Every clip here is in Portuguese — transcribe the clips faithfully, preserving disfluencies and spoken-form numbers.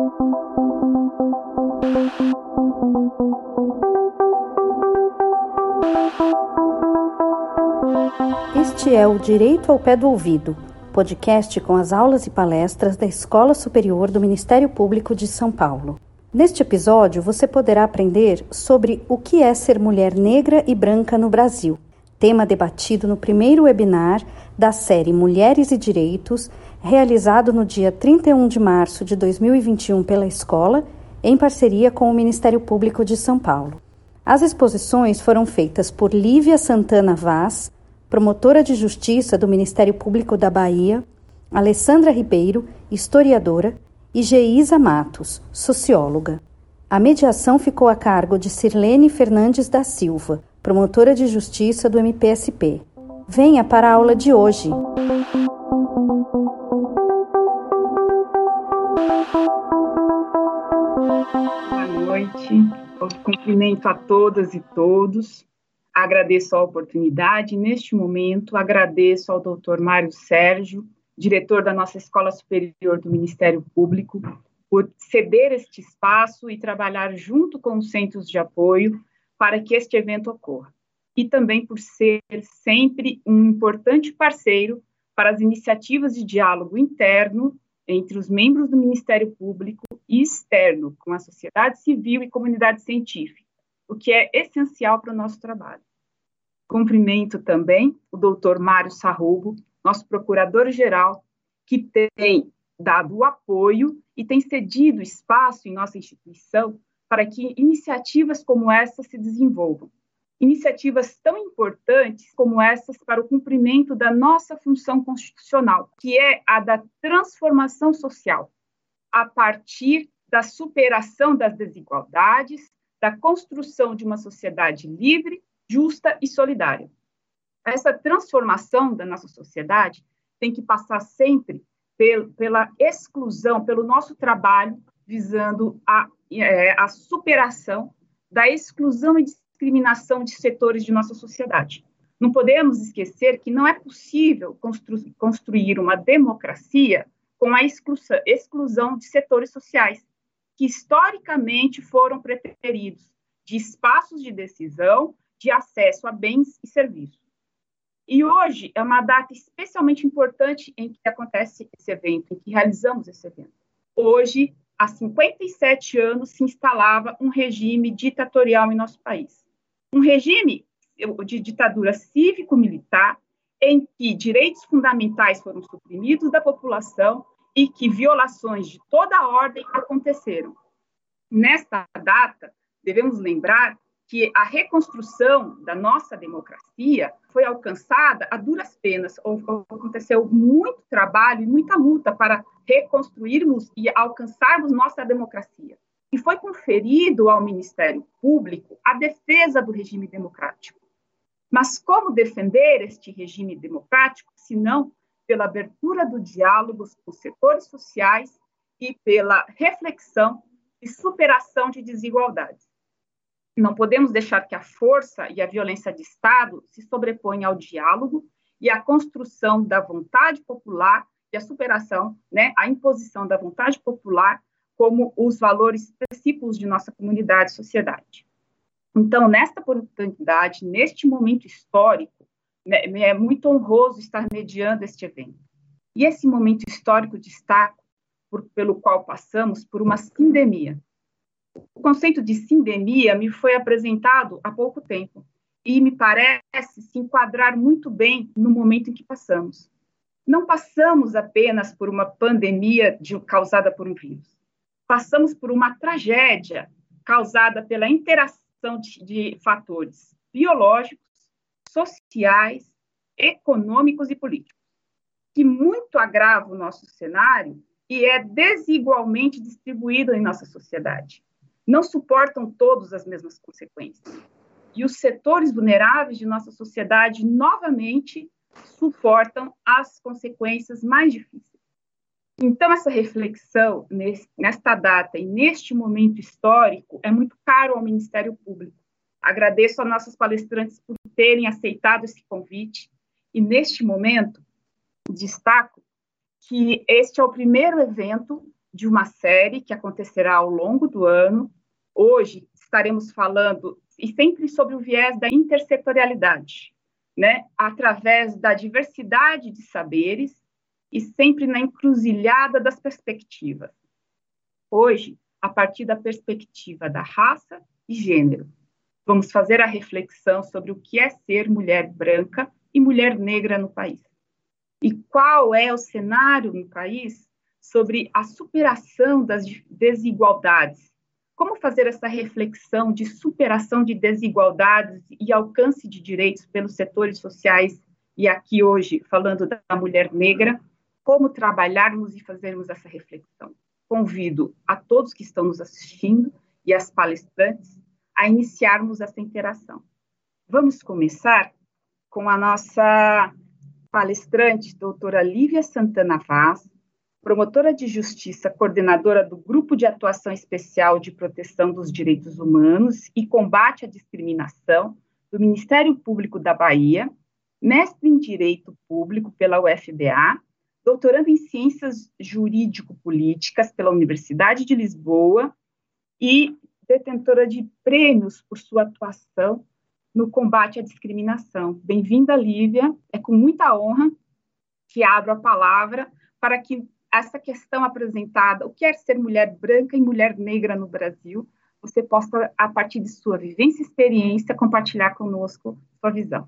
Este é o Direito ao Pé do Ouvido, podcast com as aulas e palestras da Escola Superior do Ministério Público de São Paulo. Neste episódio, você poderá aprender sobre o que é ser mulher negra e branca no Brasil, tema debatido no primeiro webinar da série Mulheres e Direitos, realizado no dia trinta e um de março de dois mil e vinte e um pela escola, em parceria com o Ministério Público de São Paulo. As exposições foram feitas por Lívia Santana Vaz, promotora de justiça do Ministério Público da Bahia, Alessandra Ribeiro, historiadora, e Geisa Matos, socióloga. A mediação ficou a cargo de Sirlene Fernandes da Silva, promotora de justiça do M P S P. Venha para a aula de hoje. Boa noite, eu cumprimento a todas e todos. Agradeço a oportunidade. Neste momento, agradeço ao doutor Mário Sérgio, diretor da nossa Escola Superior do Ministério Público, por ceder este espaço e trabalhar junto com os centros de apoio para que este evento ocorra. E também por ser sempre um importante parceiro para as iniciativas de diálogo interno entre os membros do Ministério Público e externo, com a sociedade civil e comunidade científica, o que é essencial para o nosso trabalho. Cumprimento também o doutor Mário Sarrubo, nosso procurador-geral, que tem dado o apoio e tem cedido espaço em nossa instituição para que iniciativas como essa se desenvolvam. Iniciativas tão importantes como essas para o cumprimento da nossa função constitucional, que é a da transformação social, a partir da superação das desigualdades, da construção de uma sociedade livre, justa e solidária. Essa transformação da nossa sociedade tem que passar sempre pel, pela exclusão, pelo nosso trabalho, visando a, é, a superação da exclusão e discriminação de setores de nossa sociedade. Não podemos esquecer que não é possível constru, construir uma democracia com a exclusão, exclusão de setores sociais, que historicamente foram preteridos de espaços de decisão, de acesso a bens e serviços. E hoje é uma data especialmente importante em que acontece esse evento, em que realizamos esse evento. Hoje, há cinquenta e sete anos, se instalava um regime ditatorial em nosso país. Um regime de ditadura cívico-militar em que direitos fundamentais foram suprimidos da população e que violações de toda a ordem aconteceram. Nesta data, devemos lembrar que a reconstrução da nossa democracia foi alcançada a duras penas. Aconteceu muito trabalho e muita luta para reconstruirmos e alcançarmos nossa democracia. E foi conferido ao Ministério Público a defesa do regime democrático. Mas como defender este regime democrático, se não pela abertura do diálogo com os setores sociais e pela reflexão e superação de desigualdades? Não podemos deixar que a força e a violência de Estado se sobreponham ao diálogo e à construção da vontade popular e a superação, né, a imposição da vontade popular como os valores princípios de nossa comunidade e sociedade. Então, nesta oportunidade, neste momento histórico, né, é muito honroso estar mediando este evento. E esse momento histórico destaco por, pelo qual passamos por uma sindemia. O conceito de sindemia me foi apresentado há pouco tempo e me parece se enquadrar muito bem no momento em que passamos. Não passamos apenas por uma pandemia de, causada por um vírus. Passamos por uma tragédia causada pela interação de, de fatores biológicos, sociais, econômicos e políticos, que muito agrava o nosso cenário e é desigualmente distribuído em nossa sociedade. Não suportam todos as mesmas consequências. E os setores vulneráveis de nossa sociedade, novamente, suportam as consequências mais difíceis. Então, essa reflexão, nesse, nesta data e neste momento histórico, é muito caro ao Ministério Público. Agradeço a nossos palestrantes por terem aceitado esse convite. E, neste momento, destaco que este é o primeiro evento de uma série que acontecerá ao longo do ano. Hoje estaremos falando, e sempre sobre o viés da intersetorialidade, né? Através da diversidade de saberes e sempre na encruzilhada das perspectivas. Hoje, a partir da perspectiva da raça e gênero, vamos fazer a reflexão sobre o que é ser mulher branca e mulher negra no país. E qual é o cenário no país sobre a superação das desigualdades. Como fazer essa reflexão de superação de desigualdades e alcance de direitos pelos setores sociais, e aqui hoje, falando da mulher negra, como trabalharmos e fazermos essa reflexão. Convido a todos que estão nos assistindo e as palestrantes a iniciarmos essa interação. Vamos começar com a nossa palestrante, doutora Lívia Santana Vaz, promotora de justiça, coordenadora do Grupo de Atuação Especial de Proteção dos Direitos Humanos e Combate à Discriminação do Ministério Público da Bahia, mestre em Direito Público pela U F B A, doutoranda em Ciências Jurídico-Políticas pela Universidade de Lisboa e detentora de prêmios por sua atuação no combate à discriminação. Bem-vinda, Lívia. É com muita honra que abro a palavra para que essa questão apresentada, o que é ser mulher branca e mulher negra no Brasil, você possa, a partir de sua vivência e experiência, compartilhar conosco sua visão.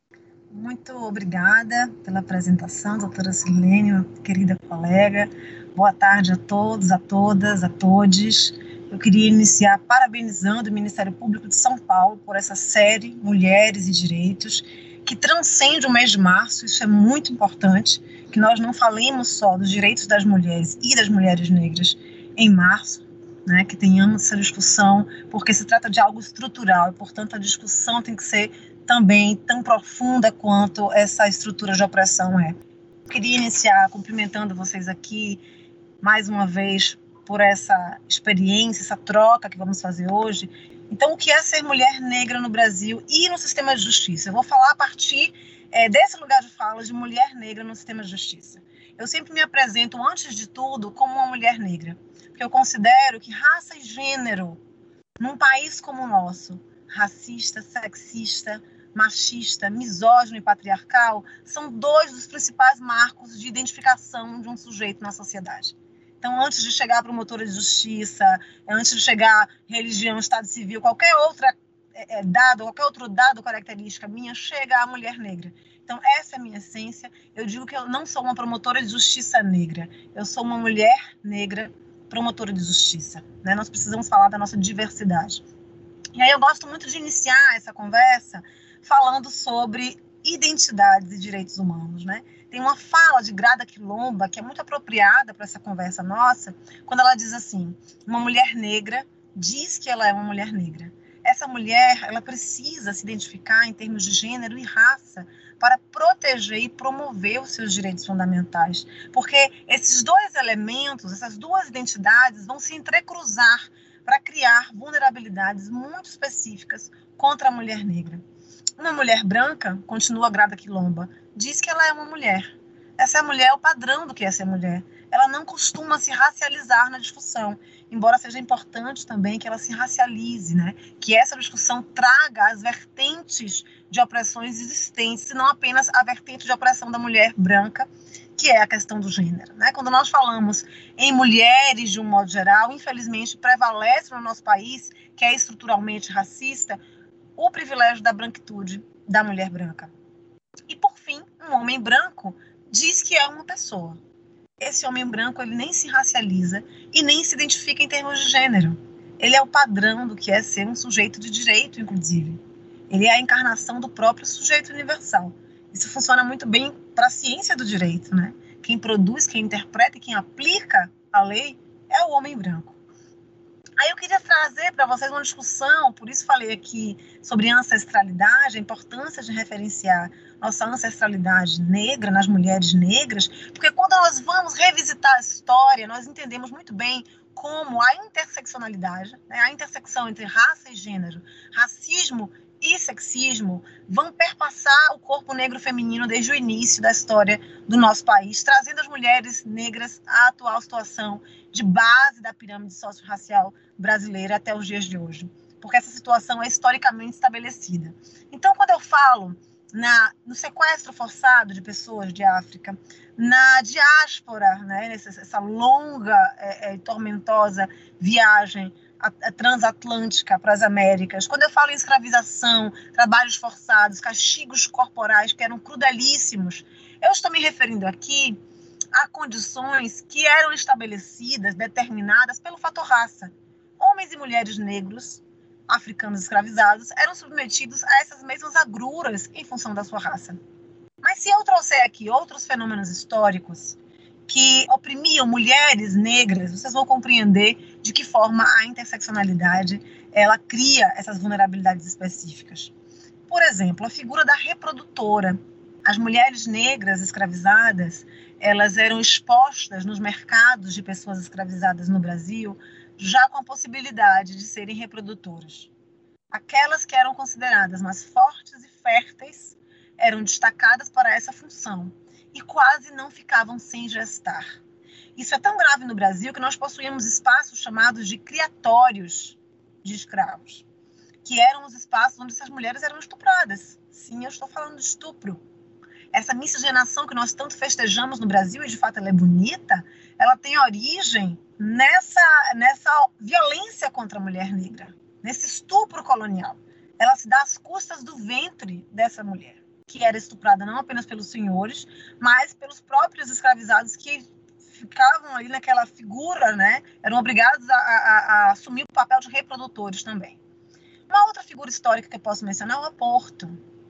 Muito obrigada pela apresentação, doutora Silene, uma querida colega. Boa tarde a todos, a todas, a todes. Eu queria iniciar parabenizando o Ministério Público de São Paulo por essa série Mulheres e Direitos, que transcende o mês de março. Isso é muito importante, que nós não falemos só dos direitos das mulheres e das mulheres negras em março, né, que tenhamos essa discussão, porque se trata de algo estrutural e, portanto, a discussão tem que ser também tão profunda quanto essa estrutura de opressão é. Eu queria iniciar cumprimentando vocês aqui, mais uma vez, por essa experiência, essa troca que vamos fazer hoje. Então, o que é ser mulher negra no Brasil e no sistema de justiça? Eu vou falar a partir é, desse lugar de fala de mulher negra no sistema de justiça. Eu sempre me apresento, antes de tudo, como uma mulher negra, porque eu considero que raça e gênero, num país como o nosso, racista, sexista, machista, misógino e patriarcal, são dois dos principais marcos de identificação de um sujeito na sociedade. Então, antes de chegar a promotora de justiça, antes de chegar religião, estado civil, qualquer outra é, dado, qualquer outro dado, característica minha, chega a mulher negra. Então, essa é a minha essência. Eu digo que eu não sou uma promotora de justiça negra. Eu sou uma mulher negra promotora de justiça, né? Nós precisamos falar da nossa diversidade. E aí eu gosto muito de iniciar essa conversa falando sobre identidades e direitos humanos, né? Tem uma fala de Grada Quilomba que é muito apropriada para essa conversa nossa, quando ela diz assim: uma mulher negra diz que ela é uma mulher negra. Essa mulher, ela precisa se identificar em termos de gênero e raça para proteger e promover os seus direitos fundamentais, porque esses dois elementos, essas duas identidades vão se entrecruzar para criar vulnerabilidades muito específicas contra a mulher negra. Uma mulher branca, continua Grada Quilomba, diz que ela é uma mulher. Essa mulher é o padrão do que é ser mulher. Ela não costuma se racializar na discussão, embora seja importante também que ela se racialize, né? Que essa discussão traga as vertentes de opressões existentes, e não apenas a vertente de opressão da mulher branca, que é a questão do gênero, né? Quando nós falamos em mulheres de um modo geral, infelizmente prevalece no nosso país, que é estruturalmente racista, o privilégio da branquitude da mulher branca. E, por fim, um homem branco diz que é uma pessoa. Esse homem branco, ele nem se racializa e nem se identifica em termos de gênero. Ele é o padrão do que é ser um sujeito de direito, inclusive. Ele é a encarnação do próprio sujeito universal. Isso funciona muito bem para a ciência do direito, né? Quem produz, quem interpreta e quem aplica a lei é o homem branco. Aí eu queria trazer para vocês uma discussão, por isso falei aqui sobre ancestralidade, a importância de referenciar nossa ancestralidade negra nas mulheres negras, porque quando nós vamos revisitar a história, nós entendemos muito bem como a interseccionalidade, né, a intersecção entre raça e gênero, racismo e sexismo vão perpassar o corpo negro feminino desde o início da história do nosso país, trazendo as mulheres negras à atual situação de base da pirâmide socio-racial brasileira até os dias de hoje, porque essa situação é historicamente estabelecida. Então, quando eu falo na, no sequestro forçado de pessoas de África, na diáspora, né, essa, essa longa e é, é, tormentosa viagem a, a transatlântica para as Américas, quando eu falo em escravização, trabalhos forçados, castigos corporais que eram crudelíssimos, eu estou me referindo aqui a condições que eram estabelecidas, determinadas pelo fator raça. Homens e mulheres negros, africanos escravizados, eram submetidos a essas mesmas agruras em função da sua raça. Mas se eu trouxer aqui outros fenômenos históricos que oprimiam mulheres negras, vocês vão compreender de que forma a interseccionalidade ela cria essas vulnerabilidades específicas. Por exemplo, a figura da reprodutora. As mulheres negras escravizadas, elas eram expostas nos mercados de pessoas escravizadas no Brasil, já com a possibilidade de serem reprodutoras. Aquelas que eram consideradas mais fortes e férteis eram destacadas para essa função e quase não ficavam sem gestar. Isso é tão grave no Brasil que nós possuímos espaços chamados de criatórios de escravos, que eram os espaços onde essas mulheres eram estupradas. Sim, eu estou falando de estupro. Essa miscigenação que nós tanto festejamos no Brasil, e de fato ela é bonita, ela tem origem nessa, nessa violência contra a mulher negra, nesse estupro colonial. Ela se dá às custas do ventre dessa mulher, que era estuprada não apenas pelos senhores, mas pelos próprios escravizados que ficavam ali naquela figura, né? Eram obrigados a, a, a assumir o papel de reprodutores também. Uma outra figura histórica que eu posso mencionar é o aborto.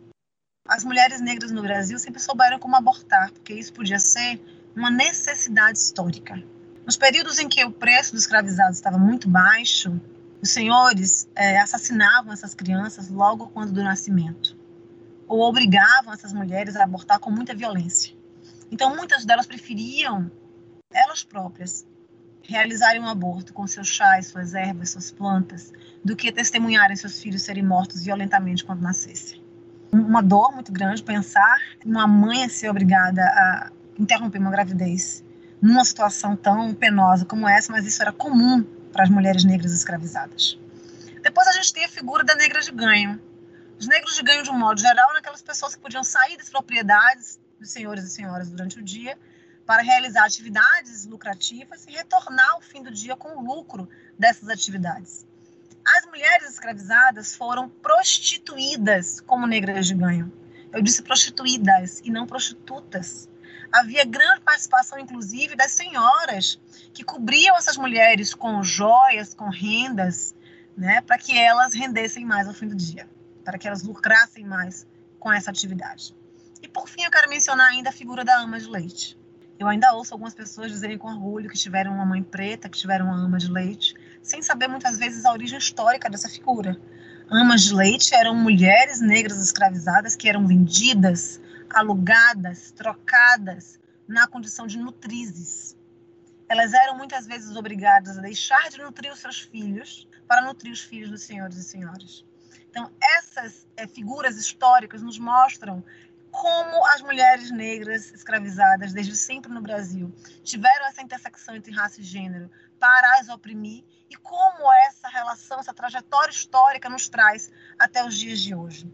As mulheres negras no Brasil sempre souberam como abortar, porque isso podia ser uma necessidade histórica. Nos períodos em que o preço dos escravizados estava muito baixo, os senhores é, assassinavam essas crianças logo quando do nascimento, ou obrigavam essas mulheres a abortar com muita violência. Então, muitas delas preferiam, elas próprias, realizarem um aborto com seus chás, suas ervas, suas plantas, do que testemunharem seus filhos serem mortos violentamente quando nascessem. Uma dor muito grande pensar uma mãe ser obrigada a interromper uma gravidez numa situação tão penosa como essa, mas isso era comum para as mulheres negras escravizadas. Depois a gente tem a figura da negra de ganho. Os negros de ganho, de um modo geral, eram aquelas pessoas que podiam sair das propriedades dos senhores e senhoras durante o dia para realizar atividades lucrativas e retornar ao fim do dia com o lucro dessas atividades. As mulheres escravizadas foram prostituídas como negras de ganho. Eu disse prostituídas e não prostitutas. Havia grande participação, inclusive, das senhoras que cobriam essas mulheres com joias, com rendas, né, para que elas rendessem mais ao fim do dia, para que elas lucrassem mais com essa atividade. E, por fim, eu quero mencionar ainda a figura da ama de leite. Eu ainda ouço algumas pessoas dizerem com orgulho que tiveram uma mãe preta, que tiveram uma ama de leite, sem saber muitas vezes a origem histórica dessa figura. Amas de leite eram mulheres negras escravizadas que eram vendidas, alugadas, trocadas na condição de nutrizes. Elas eram muitas vezes obrigadas a deixar de nutrir os seus filhos para nutrir os filhos dos senhores e senhoras. Então, essas é, figuras históricas nos mostram como as mulheres negras escravizadas, desde sempre no Brasil, tiveram essa intersecção entre raça e gênero para as oprimir e como essa relação, essa trajetória histórica nos traz até os dias de hoje.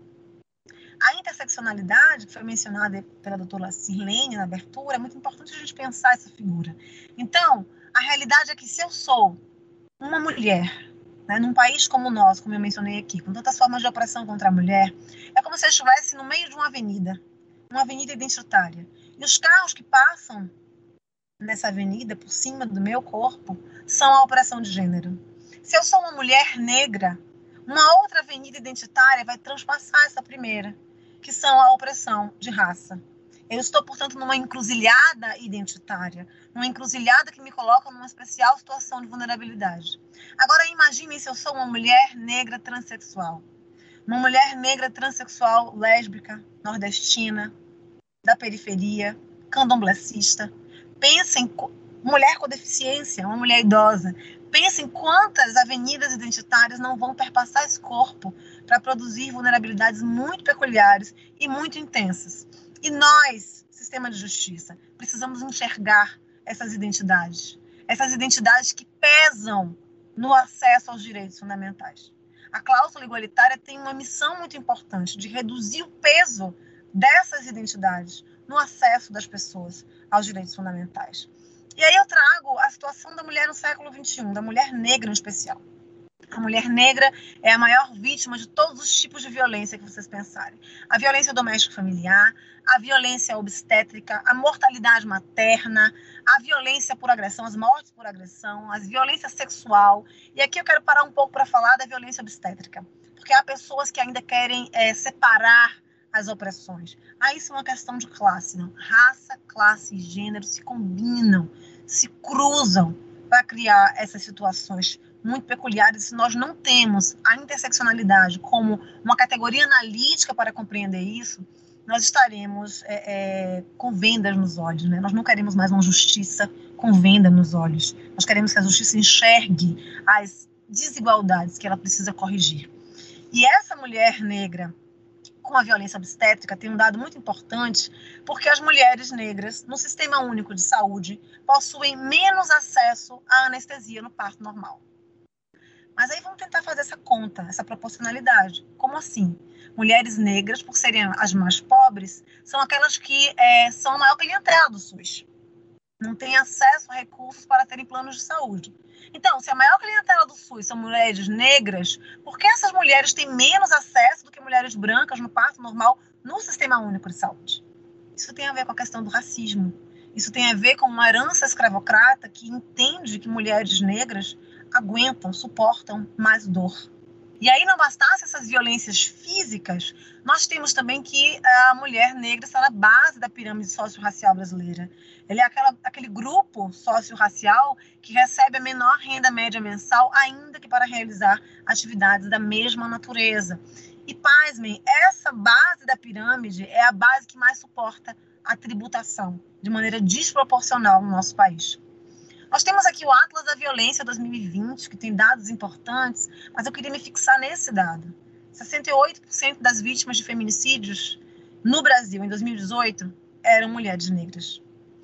A interseccionalidade, que foi mencionada pela doutora Sirlene na abertura, é muito importante a gente pensar essa figura. Então, a realidade é que se eu sou uma mulher, né, num país como o nosso, como eu mencionei aqui, com tantas formas de opressão contra a mulher, é como se eu estivesse no meio de uma avenida, uma avenida identitária. E os carros que passam nessa avenida, por cima do meu corpo, são a opressão de gênero. Se eu sou uma mulher negra, uma outra avenida identitária vai transpassar essa primeira, que são a opressão de raça. Eu estou, portanto, numa encruzilhada identitária, numa encruzilhada que me coloca numa especial situação de vulnerabilidade. Agora, imaginem se eu sou uma mulher negra transexual. Uma mulher negra transexual, lésbica, nordestina, da periferia, candomblessista. Pensem, mulher com deficiência, uma mulher idosa. Pensem quantas avenidas identitárias não vão perpassar esse corpo para produzir vulnerabilidades muito peculiares e muito intensas. E nós, sistema de justiça, precisamos enxergar essas identidades, essas identidades que pesam no acesso aos direitos fundamentais. A cláusula igualitária tem uma missão muito importante de reduzir o peso dessas identidades no acesso das pessoas aos direitos fundamentais. E aí eu trago a situação da mulher no século vinte e um, da mulher negra em especial. A mulher negra é a maior vítima de todos os tipos de violência que vocês pensarem. A violência doméstica familiar, a violência obstétrica, a mortalidade materna, a violência por agressão, as mortes por agressão, a violência sexual. E aqui eu quero parar um pouco para falar da violência obstétrica, porque há pessoas que ainda querem é, separar as opressões. Ah, isso é uma questão de classe, não? Raça, classe e gênero se combinam, se cruzam para criar essas situações muito peculiares. Se nós não temos a interseccionalidade como uma categoria analítica para compreender isso, nós estaremos é, é, com vendas nos olhos, né? Nós não queremos mais uma justiça com venda nos olhos. Nós queremos que a justiça enxergue as desigualdades que ela precisa corrigir. E essa mulher negra com a violência obstétrica tem um dado muito importante, porque as mulheres negras, no Sistema Único de Saúde, possuem menos acesso à anestesia no parto normal. Mas aí vamos tentar fazer essa conta, essa proporcionalidade. Como assim? Mulheres negras, por serem as mais pobres, são aquelas que é, são a maior clientela do SUS. Não têm acesso a recursos para terem planos de saúde. Então, se a maior clientela do SUS são mulheres negras, por que essas mulheres têm menos acesso do que mulheres brancas no parto normal no Sistema Único de Saúde? Isso tem a ver com a questão do racismo. Isso tem a ver com uma herança escravocrata que entende que mulheres negras aguentam, suportam mais dor. E aí não bastasse essas violências físicas, nós temos também que a mulher negra está na base da pirâmide socio-racial brasileira. Ele é aquela, aquele grupo socio-racial que recebe a menor renda média mensal, ainda que para realizar atividades da mesma natureza. E, pasmem, essa base da pirâmide é a base que mais suporta a tributação, de maneira desproporcional no nosso país. Nós temos aqui o Atlas da Violência dois mil e vinte, que tem dados importantes, mas eu queria me fixar nesse dado. sessenta e oito por cento das vítimas de feminicídios no Brasil em dois mil e dezoito eram mulheres negras.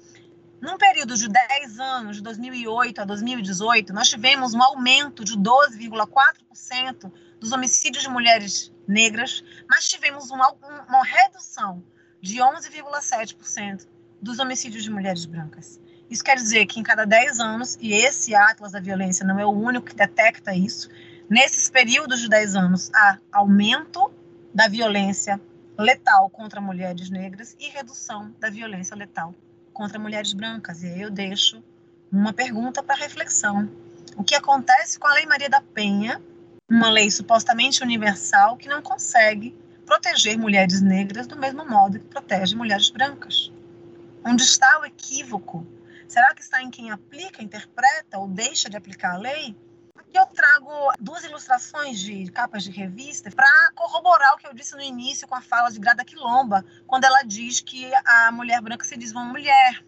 Num período de dez anos, de dois mil e oito a dois mil e dezoito, nós tivemos um aumento de doze vírgula quatro por cento dos homicídios de mulheres negras, mas tivemos uma, uma redução de onze vírgula sete por cento dos homicídios de mulheres brancas. Isso quer dizer que em cada dez anos, e esse Atlas da Violência não é o único que detecta isso, nesses períodos de dez anos há aumento da violência letal contra mulheres negras e redução da violência letal contra mulheres brancas. E aí eu deixo uma pergunta para reflexão. O que acontece com a Lei Maria da Penha, uma lei supostamente universal que não consegue proteger mulheres negras do mesmo modo que protege mulheres brancas? Onde está o equívoco? Será que está em quem aplica, interpreta ou deixa de aplicar a lei? Aqui eu trago duas ilustrações de capas de revista para corroborar o que eu disse no início com a fala de Grada Quilomba, quando ela diz que a mulher branca se diz uma mulher.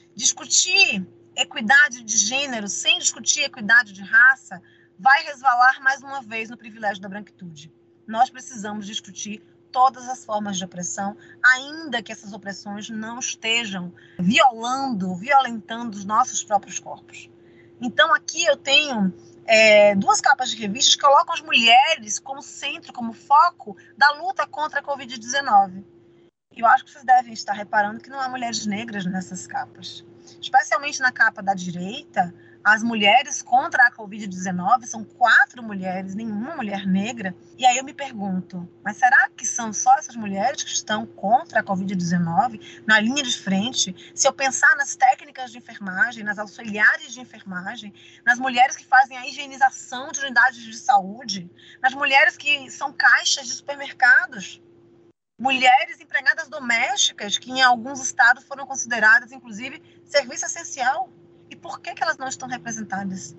Discutir equidade de gênero sem discutir equidade de raça vai resvalar mais uma vez no privilégio da branquitude. Nós precisamos discutir todas as formas de opressão, ainda que essas opressões não estejam violando, violentando os nossos próprios corpos. Então aqui eu tenho é, duas capas de revistas que colocam as mulheres como centro, como foco da luta contra a covid dezenove. E eu acho que vocês devem estar reparando que não há mulheres negras nessas capas. Especialmente na capa da direita, as mulheres contra a covid dezenove são quatro mulheres, nenhuma mulher negra. E aí eu me pergunto, mas será que são só essas mulheres que estão contra a covid dezenove, na linha de frente? Se eu pensar nas técnicas de enfermagem, nas auxiliares de enfermagem, nas mulheres que fazem a higienização de unidades de saúde, nas mulheres que são caixas de supermercados, mulheres empregadas domésticas, que em alguns estados foram consideradas, inclusive, serviço essencial. E por que que elas não estão representadas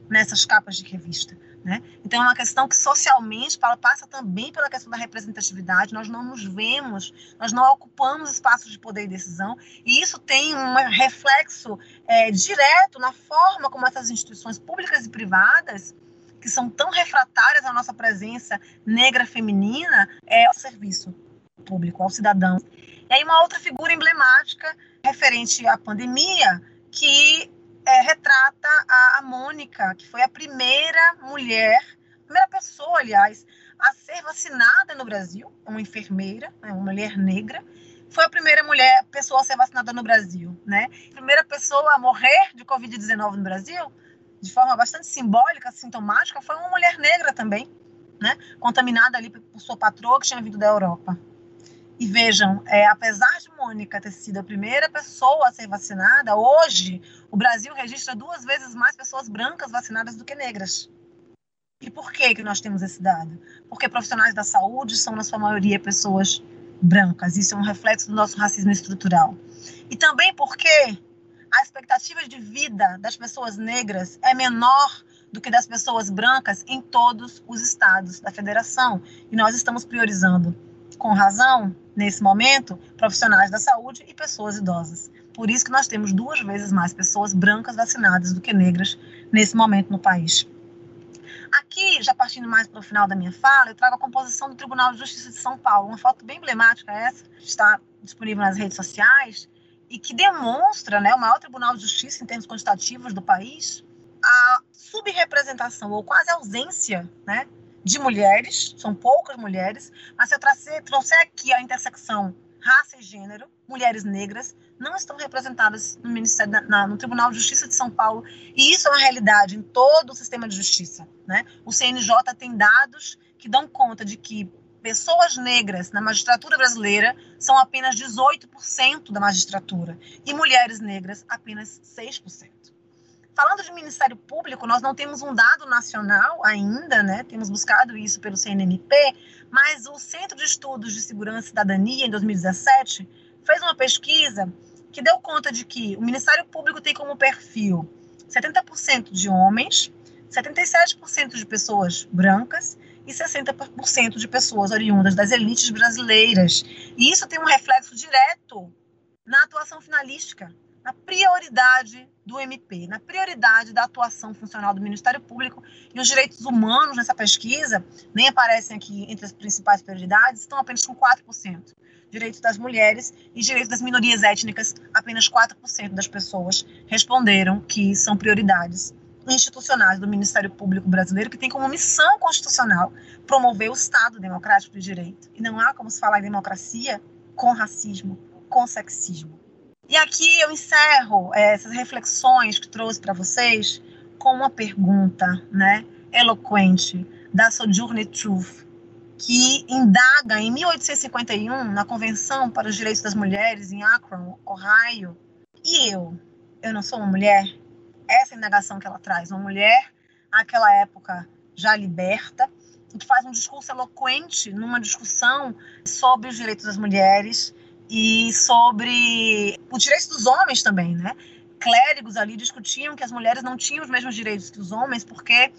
nessas capas de revista, né? Então é uma questão que socialmente passa também pela questão da representatividade. Nós não nos vemos, nós não ocupamos espaços de poder e decisão, e isso tem um reflexo é, direto na forma como essas instituições públicas e privadas, que são tão refratárias à nossa presença negra feminina, é ao serviço público, ao cidadão. E aí uma outra figura emblemática referente à pandemia, que é, retrata a, a Mônica, que foi a primeira mulher, a primeira pessoa, aliás, a ser vacinada no Brasil, uma enfermeira, né, uma mulher negra, foi a primeira mulher, pessoa a ser vacinada no Brasil, né? A primeira pessoa a morrer de covid dezenove no Brasil, de forma bastante simbólica, sintomática, foi uma mulher negra também, né? Contaminada ali por sua patroa que tinha vindo da Europa. E vejam, é, apesar de Mônica ter sido a primeira pessoa a ser vacinada, hoje o Brasil registra duas vezes mais pessoas brancas vacinadas do que negras. E por que que nós temos esse dado? Porque profissionais da saúde são, na sua maioria, pessoas brancas. Isso é um reflexo do nosso racismo estrutural. E também porque a expectativa de vida das pessoas negras é menor do que das pessoas brancas em todos os estados da federação. E nós estamos priorizando, com razão, nesse momento, profissionais da saúde e pessoas idosas. Por isso que nós temos duas vezes mais pessoas brancas vacinadas do que negras nesse momento no país. Aqui, já partindo mais para o final da minha fala, eu trago a composição do Tribunal de Justiça de São Paulo. Uma foto bem emblemática essa, que está disponível nas redes sociais, e que demonstra, né, o maior tribunal de justiça em termos quantitativos do país, a subrepresentação ou quase ausência, né, de mulheres, são poucas mulheres, mas se eu trouxer, trouxer aqui a intersecção raça e gênero, mulheres negras não estão representadas no, Ministério da, na, no Tribunal de Justiça de São Paulo, e isso é uma realidade em todo o sistema de justiça, né? O C N J tem dados que dão conta de que pessoas negras na magistratura brasileira são apenas dezoito por cento da magistratura e mulheres negras apenas seis por cento. Falando de Ministério Público, nós não temos um dado nacional ainda, né? Temos buscado isso pelo C N M P, mas o Centro de Estudos de Segurança e Cidadania, em dois mil e dezessete, fez uma pesquisa que deu conta de que o Ministério Público tem como perfil setenta por cento de homens, setenta e sete por cento de pessoas brancas e sessenta por cento de pessoas oriundas das elites brasileiras. E isso tem um reflexo direto na atuação finalística, na prioridade do M P, na prioridade da atuação funcional do Ministério Público. E os direitos humanos nessa pesquisa nem aparecem aqui entre as principais prioridades, estão apenas com quatro por cento. Direitos das mulheres e direitos das minorias étnicas, apenas quatro por cento das pessoas responderam que são prioridades institucionais do Ministério Público brasileiro, que tem como missão constitucional promover o Estado democrático de direito. E não há como se falar em democracia com racismo, com sexismo. E aqui eu encerro é, essas reflexões que trouxe para vocês com uma pergunta, né, eloquente da Sojourner Truth, que indaga em mil oitocentos e cinquenta e um, na Convenção para os Direitos das Mulheres, em Akron, Ohio. E eu? Eu não sou uma mulher? Essa é a indagação que ela traz. Uma mulher, naquela época, já liberta, que faz um discurso eloquente numa discussão sobre os direitos das mulheres e sobre os direitos dos homens também, né? Clérigos ali discutiam que as mulheres não tinham os mesmos direitos que os homens porque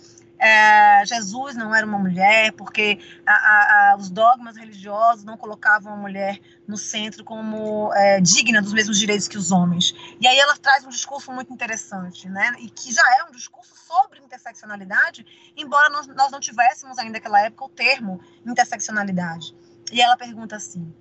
é, Jesus não era uma mulher, porque a, a, a, os dogmas religiosos não colocavam a mulher no centro como é, digna dos mesmos direitos que os homens. E aí ela traz um discurso muito interessante, né? E que já é um discurso sobre interseccionalidade, embora nós, nós não tivéssemos ainda naquela época o termo interseccionalidade. E ela pergunta assim: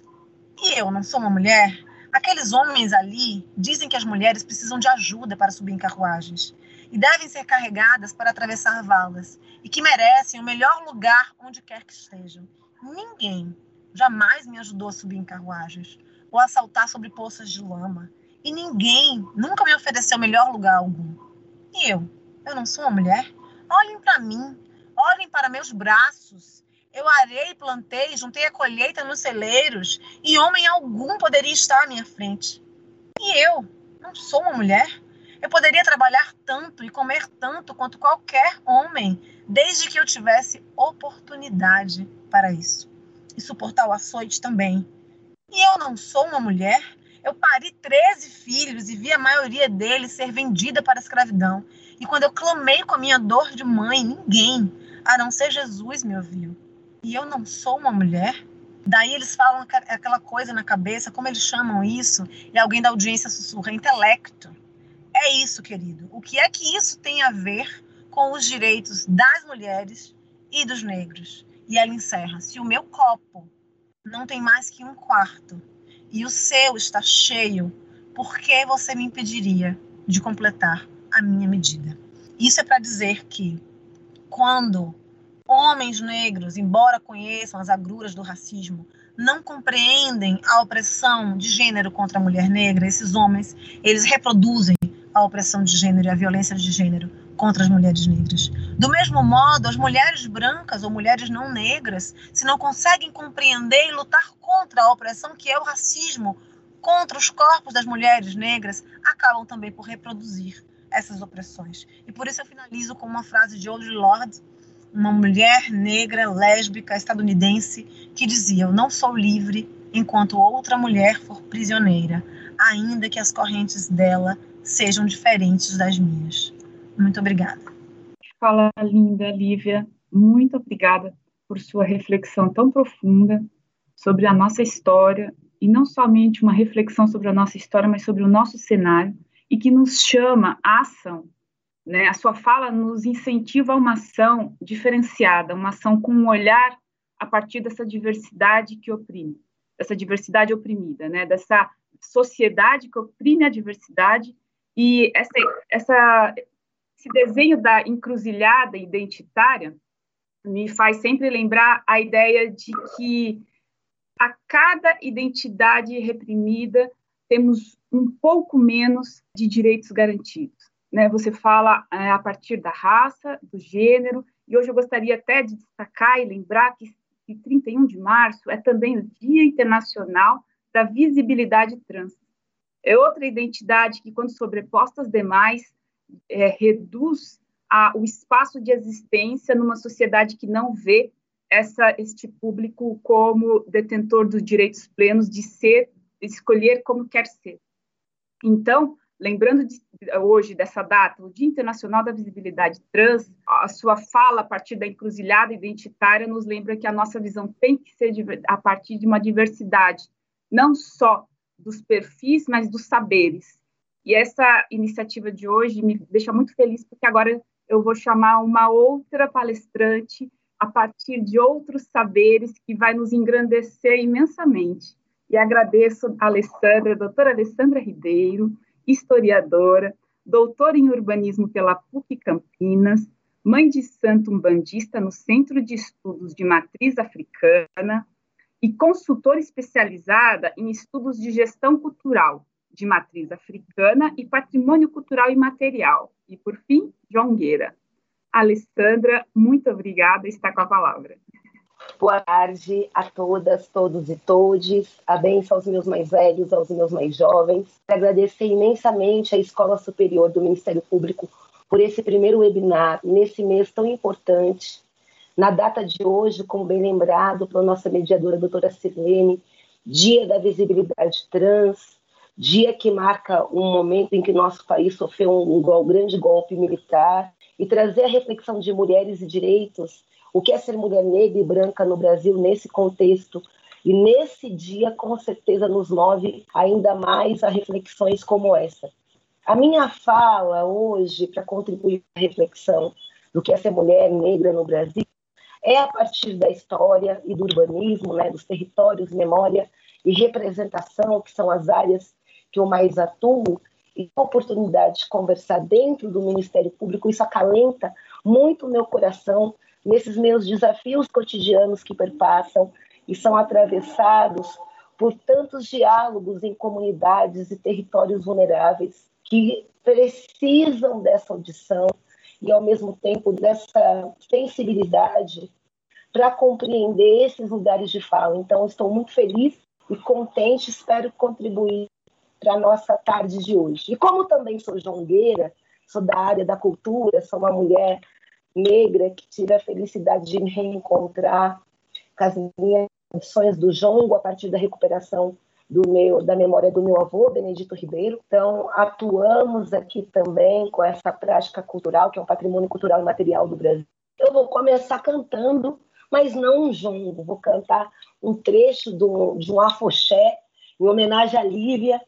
e eu não sou uma mulher? Aqueles homens ali dizem que as mulheres precisam de ajuda para subir em carruagens e devem ser carregadas para atravessar valas e que merecem o melhor lugar onde quer que estejam. Ninguém jamais me ajudou a subir em carruagens ou a saltar sobre poças de lama. E ninguém nunca me ofereceu melhor lugar algum. E eu? Eu não sou uma mulher? Olhem para mim, olhem para meus braços. Eu arei, plantei, juntei a colheita nos celeiros e homem algum poderia estar à minha frente. E eu? Não sou uma mulher? Eu poderia trabalhar tanto e comer tanto quanto qualquer homem, desde que eu tivesse oportunidade para isso. E suportar o açoite também. E eu não sou uma mulher? Eu pari treze filhos e vi a maioria deles ser vendida para a escravidão. E quando eu clamei com a minha dor de mãe, ninguém, a não ser Jesus, me ouviu. E eu não sou uma mulher? Daí eles falam aquela coisa na cabeça, como eles chamam isso, e alguém da audiência sussurra, intelecto. É isso, querido. O que é que isso tem a ver com os direitos das mulheres e dos negros? E ela encerra, se o meu copo não tem mais que um quarto e o seu está cheio, por que você me impediria de completar a minha medida? Isso é para dizer que quando homens negros, embora conheçam as agruras do racismo, não compreendem a opressão de gênero contra a mulher negra, esses homens, eles reproduzem a opressão de gênero e a violência de gênero contra as mulheres negras. Do mesmo modo, as mulheres brancas ou mulheres não negras, se não conseguem compreender e lutar contra a opressão que é o racismo contra os corpos das mulheres negras, acabam também por reproduzir essas opressões. E por isso eu finalizo com uma frase de Audre Lorde, uma mulher negra, lésbica, estadunidense, que dizia: eu não sou livre enquanto outra mulher for prisioneira, ainda que as correntes dela sejam diferentes das minhas. Muito obrigada. Fala linda, Lívia. Muito obrigada por sua reflexão tão profunda sobre a nossa história, e não somente uma reflexão sobre a nossa história, mas sobre o nosso cenário, e que nos chama à ação. Né? A sua fala nos incentiva a uma ação diferenciada, uma ação com um olhar a partir dessa diversidade que oprime, dessa diversidade oprimida, né? Dessa sociedade que oprime a diversidade, e essa, essa, esse desenho da encruzilhada identitária me faz sempre lembrar a ideia de que a cada identidade reprimida temos um pouco menos de direitos garantidos. Né, você fala é, a partir da raça, do gênero, e hoje eu gostaria até de destacar e lembrar que, que trinta e um de março é também o Dia Internacional da Visibilidade Trans. É outra identidade que, quando sobreposta às demais, é, reduz a, o espaço de existência numa sociedade que não vê essa, este público como detentor dos direitos plenos de ser, de escolher como quer ser. Então, lembrando de, hoje dessa data, o Dia Internacional da Visibilidade Trans, a sua fala a partir da encruzilhada identitária nos lembra que a nossa visão tem que ser a partir de uma diversidade, não só dos perfis, mas dos saberes. E essa iniciativa de hoje me deixa muito feliz, porque agora eu vou chamar uma outra palestrante a partir de outros saberes que vai nos engrandecer imensamente. E agradeço a Alessandra, a doutora Alessandra Ribeiro, historiadora, doutora em urbanismo pela P U C Campinas, mãe de santo umbandista no Centro de Estudos de Matriz Africana e consultora especializada em estudos de gestão cultural de matriz africana e patrimônio cultural imaterial. E, por fim, jongueira. Alessandra, muito obrigada, está com a palavra. Boa tarde a todas, todos e todes. A bênção aos meus mais velhos, aos meus mais jovens. Agradecer imensamente à Escola Superior do Ministério Público por esse primeiro webinar, nesse mês tão importante. Na data de hoje, como bem lembrado pela nossa mediadora, a doutora Sirlene, Dia da Visibilidade Trans, dia que marca um momento em que nosso país sofreu um, um grande golpe militar, e trazer a reflexão de mulheres e direitos, o que é ser mulher negra e branca no Brasil nesse contexto. E nesse dia, com certeza, nos move ainda mais a reflexões como essa. A minha fala hoje, para contribuir para a reflexão do que é ser mulher negra no Brasil, é a partir da história e do urbanismo, né, dos territórios, memória e representação, que são as áreas que eu mais atuo, e a oportunidade de conversar dentro do Ministério Público, isso acalenta muito o meu coração nesses meus desafios cotidianos que perpassam e são atravessados por tantos diálogos em comunidades e territórios vulneráveis que precisam dessa audição e, ao mesmo tempo, dessa sensibilidade para compreender esses lugares de fala. Então, estou muito feliz e contente, espero contribuir para a nossa tarde de hoje. E como também sou jongueira, sou da área da cultura, sou uma mulher negra que tive a felicidade de me reencontrar com as minhas tradições do jongo a partir da recuperação do meu, da memória do meu avô, Benedito Ribeiro. Então, atuamos aqui também com essa prática cultural, que é um patrimônio cultural e material do Brasil. Eu vou começar cantando, mas não um jongo, vou cantar um trecho de um, de um afoxé, em homenagem à Lívia,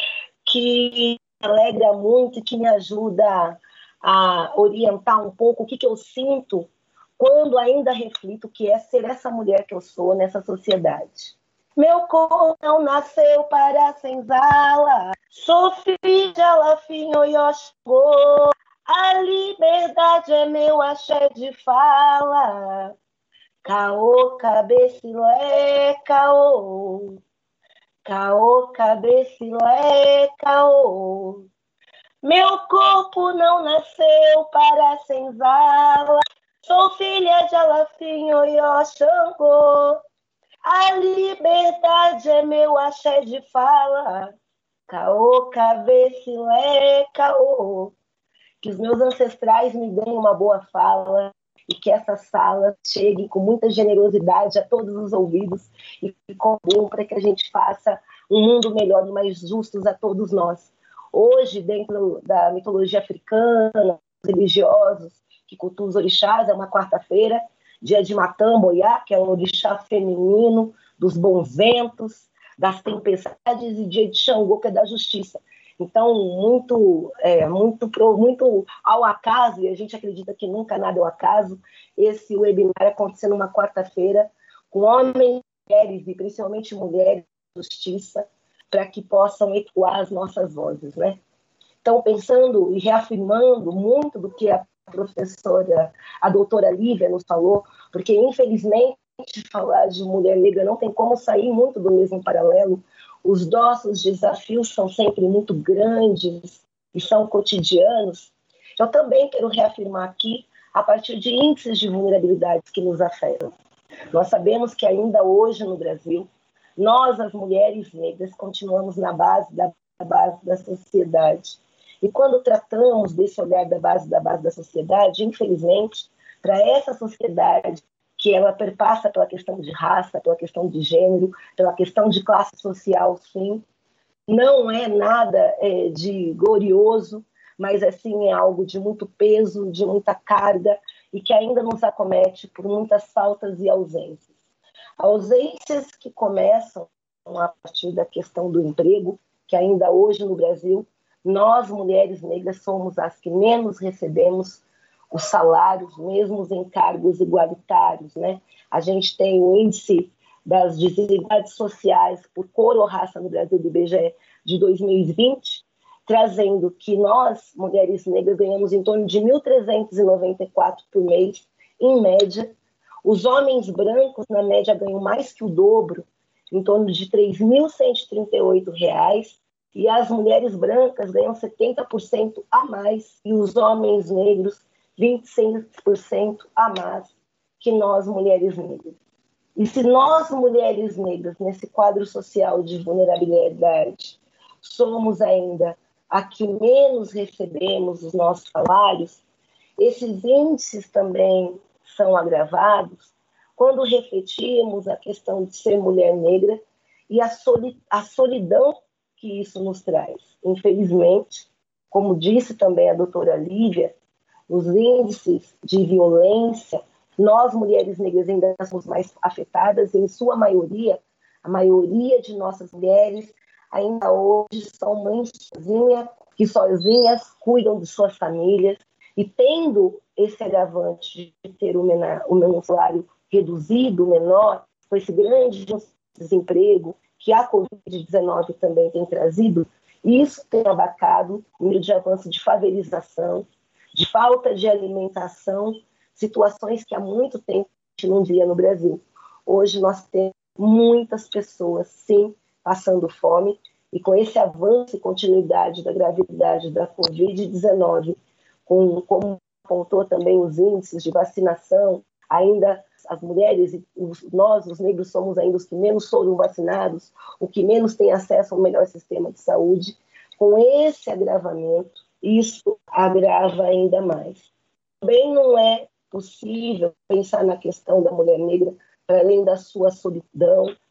que alegra muito e que me ajuda a orientar um pouco o que, que eu sinto quando ainda reflito o que é ser essa mulher que eu sou nessa sociedade. Meu corpo não nasceu para senzala, sou filho de Alafim Oyoxô. A liberdade é meu axé de fala. Caô, cabecilé, caô. Caô, cabecilé, caô. Meu corpo não nasceu para senzala, sou filha de Alafim Oyoxangô. A liberdade é meu axé de fala. Caô, cabecilé, caô. Que os meus ancestrais me deem uma boa fala e que essas falas cheguem com muita generosidade a todos os ouvidos e contribuam para que a gente faça um mundo melhor e mais justo a todos nós. Hoje, dentro da mitologia africana, os religiosos que cultuam os orixás, é uma quarta-feira, dia de Matamboiá, que é um orixá feminino, dos bons ventos, das tempestades, e dia de Xangô, que é da justiça. Então, muito, é, muito, muito ao acaso, e a gente acredita que nunca nada é ao acaso, esse webinar acontecendo numa quarta-feira, com homens, mulheres, e principalmente mulheres da justiça, para que possam ecoar as nossas vozes, né? Então, pensando e reafirmando muito do que a professora, a doutora Lívia nos falou, porque, infelizmente, falar de mulher negra não tem como sair muito do mesmo paralelo. Os nossos desafios são sempre muito grandes e são cotidianos. Eu também quero reafirmar aqui, a partir de índices de vulnerabilidades que nos afetam. Nós sabemos que ainda hoje no Brasil, nós, as mulheres negras, continuamos na base da base da sociedade. E quando tratamos desse olhar da base da base da sociedade, infelizmente, para essa sociedade que ela perpassa pela questão de raça, pela questão de gênero, pela questão de classe social, sim, não é nada é, de glorioso, mas assim é algo de muito peso, de muita carga e que ainda nos acomete por muitas faltas e ausências. Ausências que começam a partir da questão do emprego, que ainda hoje no Brasil, nós, mulheres negras, somos as que menos recebemos os salários, mesmo em cargos igualitários, né? A gente tem o índice das desigualdades sociais por cor ou raça no Brasil do I B G E de dois mil e vinte, trazendo que nós, mulheres negras, ganhamos em torno de mil trezentos e noventa e quatro por mês, em média. Os homens brancos, na média, ganham mais que o dobro, em torno de três mil cento e trinta e oito reais, e as mulheres brancas ganham setenta por cento a mais, e os homens negros vinte e seis por cento a mais que nós, mulheres negras. E se nós, mulheres negras, nesse quadro social de vulnerabilidade, somos ainda a que menos recebemos os nossos salários, esses índices também são agravados quando refletimos a questão de ser mulher negra e a, soli- a solidão que isso nos traz. Infelizmente, como disse também a doutora Lívia, os índices de violência, nós, mulheres negras, ainda somos mais afetadas, e em sua maioria, a maioria de nossas mulheres ainda hoje são mães sozinhas, que sozinhas cuidam de suas famílias, e tendo esse agravante de ter o menor, o menor salário reduzido, menor, com esse grande desemprego que a covid dezenove também tem trazido, isso tem abarcado o nível de avanço de favelização, de falta de alimentação, situações que há muito tempo a gente não via no Brasil. Hoje nós temos muitas pessoas, sim, passando fome, e com esse avanço e continuidade da gravidade da covid dezenove, com, como apontou também os índices de vacinação, ainda as mulheres, os, nós, os negros, somos ainda os que menos foram vacinados, o que menos tem acesso ao melhor sistema de saúde. Com esse agravamento, isso agrava ainda mais. Também não é possível pensar na questão da mulher negra para além da sua solidão,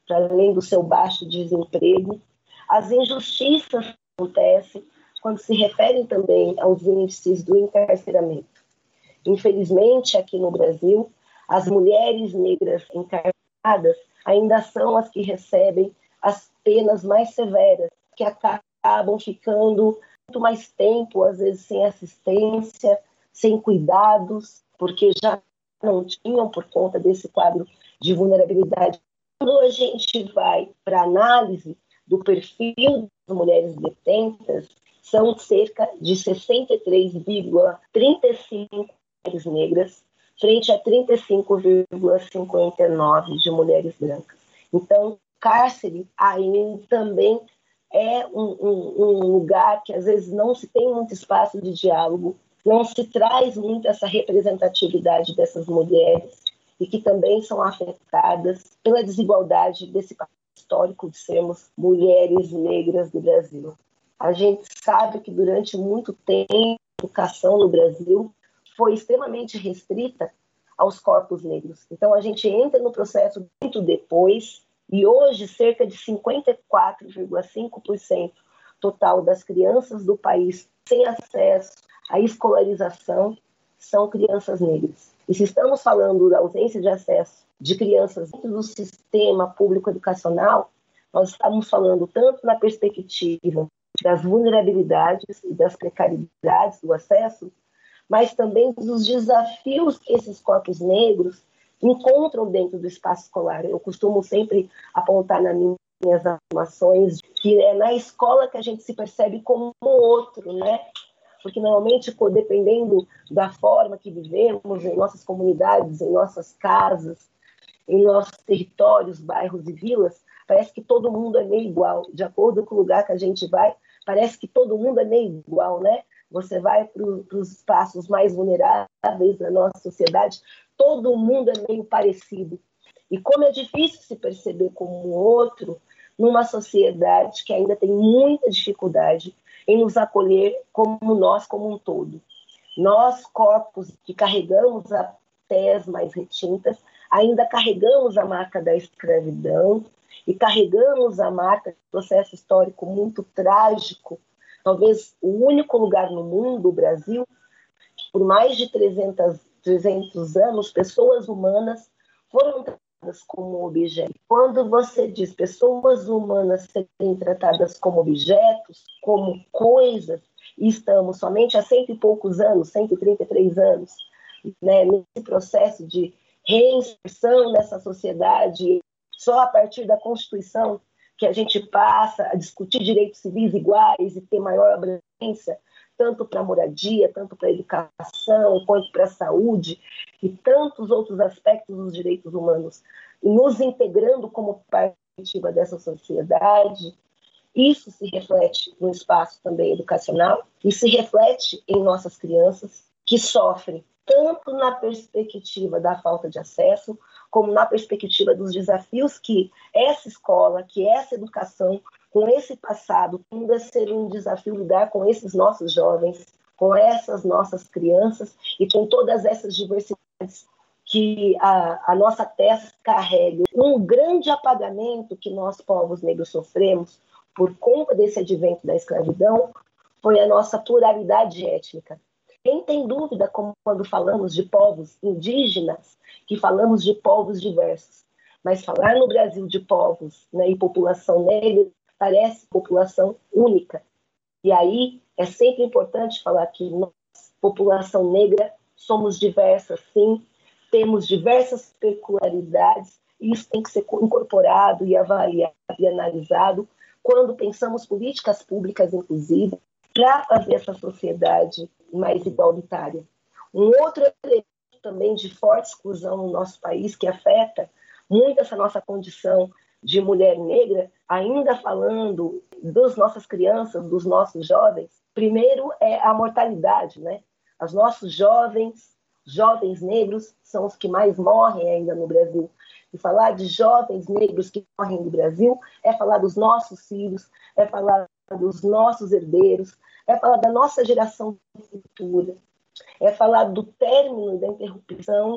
para além do seu baixo desemprego. As injustiças acontecem quando se referem também aos índices do encarceramento. Infelizmente, aqui no Brasil, as mulheres negras encarceradas ainda são as que recebem as penas mais severas, que acabam ficando muito mais tempo, às vezes sem assistência, sem cuidados, porque já não tinham por conta desse quadro de vulnerabilidade. Quando a gente vai para a análise do perfil das mulheres detentas, são cerca de sessenta e três vírgula trinta e cinco mulheres negras, frente a trinta e cinco vírgula cinquenta e nove de mulheres brancas. Então, o cárcere ainda também é um, um, um lugar que às vezes não se tem muito espaço de diálogo, não se traz muito essa representatividade dessas mulheres e que também são afetadas pela desigualdade desse papel histórico de sermos mulheres negras do Brasil. A gente sabe que durante muito tempo a educação no Brasil foi extremamente restrita aos corpos negros. Então a gente entra no processo muito depois e hoje cerca de cinquenta e quatro vírgula cinco por cento total das crianças do país sem acesso à escolarização são crianças negras. E se estamos falando da ausência de acesso de crianças dentro do sistema público educacional, nós estamos falando tanto na perspectiva das vulnerabilidades e das precariedades do acesso, mas também dos desafios que esses corpos negros encontram dentro do espaço escolar. Eu costumo sempre apontar nas minhas afirmações que é na escola que a gente se percebe como outro, né? Porque normalmente, dependendo da forma que vivemos em nossas comunidades, em nossas casas, em nossos territórios, bairros e vilas, parece que todo mundo é meio igual. De acordo com o lugar que a gente vai, parece que todo mundo é meio igual, né? Você vai para os espaços mais vulneráveis da nossa sociedade, todo mundo é meio parecido. E como é difícil se perceber como um outro numa sociedade que ainda tem muita dificuldade em nos acolher como nós como um todo. Nós, corpos que carregamos as teias mais retintas, ainda carregamos a marca da escravidão e carregamos a marca de um processo histórico muito trágico. Talvez o único lugar no mundo, o Brasil, que por mais de trezentos, trezentos anos, pessoas humanas foram tratadas como objetos. Quando você diz pessoas humanas serem tratadas como objetos, como coisas, e estamos somente há cento e poucos anos, cento e trinta e três anos, né, nesse processo de reinserção nessa sociedade, só a partir da Constituição que a gente passa a discutir direitos civis iguais e ter maior abrangência, tanto para a moradia, tanto para a educação, quanto para a saúde, e tantos outros aspectos dos direitos humanos, e nos integrando como perspectiva dessa sociedade. Isso se reflete no espaço também educacional e se reflete em nossas crianças que sofrem tanto na perspectiva da falta de acesso, como na perspectiva dos desafios que essa escola, que essa educação, com esse passado, ainda ser um desafio lidar com esses nossos jovens, com essas nossas crianças e com todas essas diversidades que a, a nossa terra carrega. Um grande apagamento que nós, povos negros, sofremos por conta desse advento da escravidão foi a nossa pluralidade étnica. Quem tem dúvida, como quando falamos de povos indígenas, que falamos de povos diversos, mas falar no Brasil de povos, né, e população negra parece população única. E aí é sempre importante falar que nós, população negra, somos diversas, sim, temos diversas peculiaridades, e isso tem que ser incorporado e avaliado e analisado quando pensamos políticas públicas, inclusive, para fazer essa sociedade mais igualitária. Um outro elemento também de forte exclusão no nosso país, que afeta muito essa nossa condição de mulher negra, ainda falando das nossas crianças, dos nossos jovens, primeiro é a mortalidade, né? Os nossos jovens, jovens negros, são os que mais morrem ainda no Brasil. E falar de jovens negros que morrem no Brasil é falar dos nossos filhos, é falar dos nossos herdeiros, é falar da nossa geração futura, é falar do término da interrupção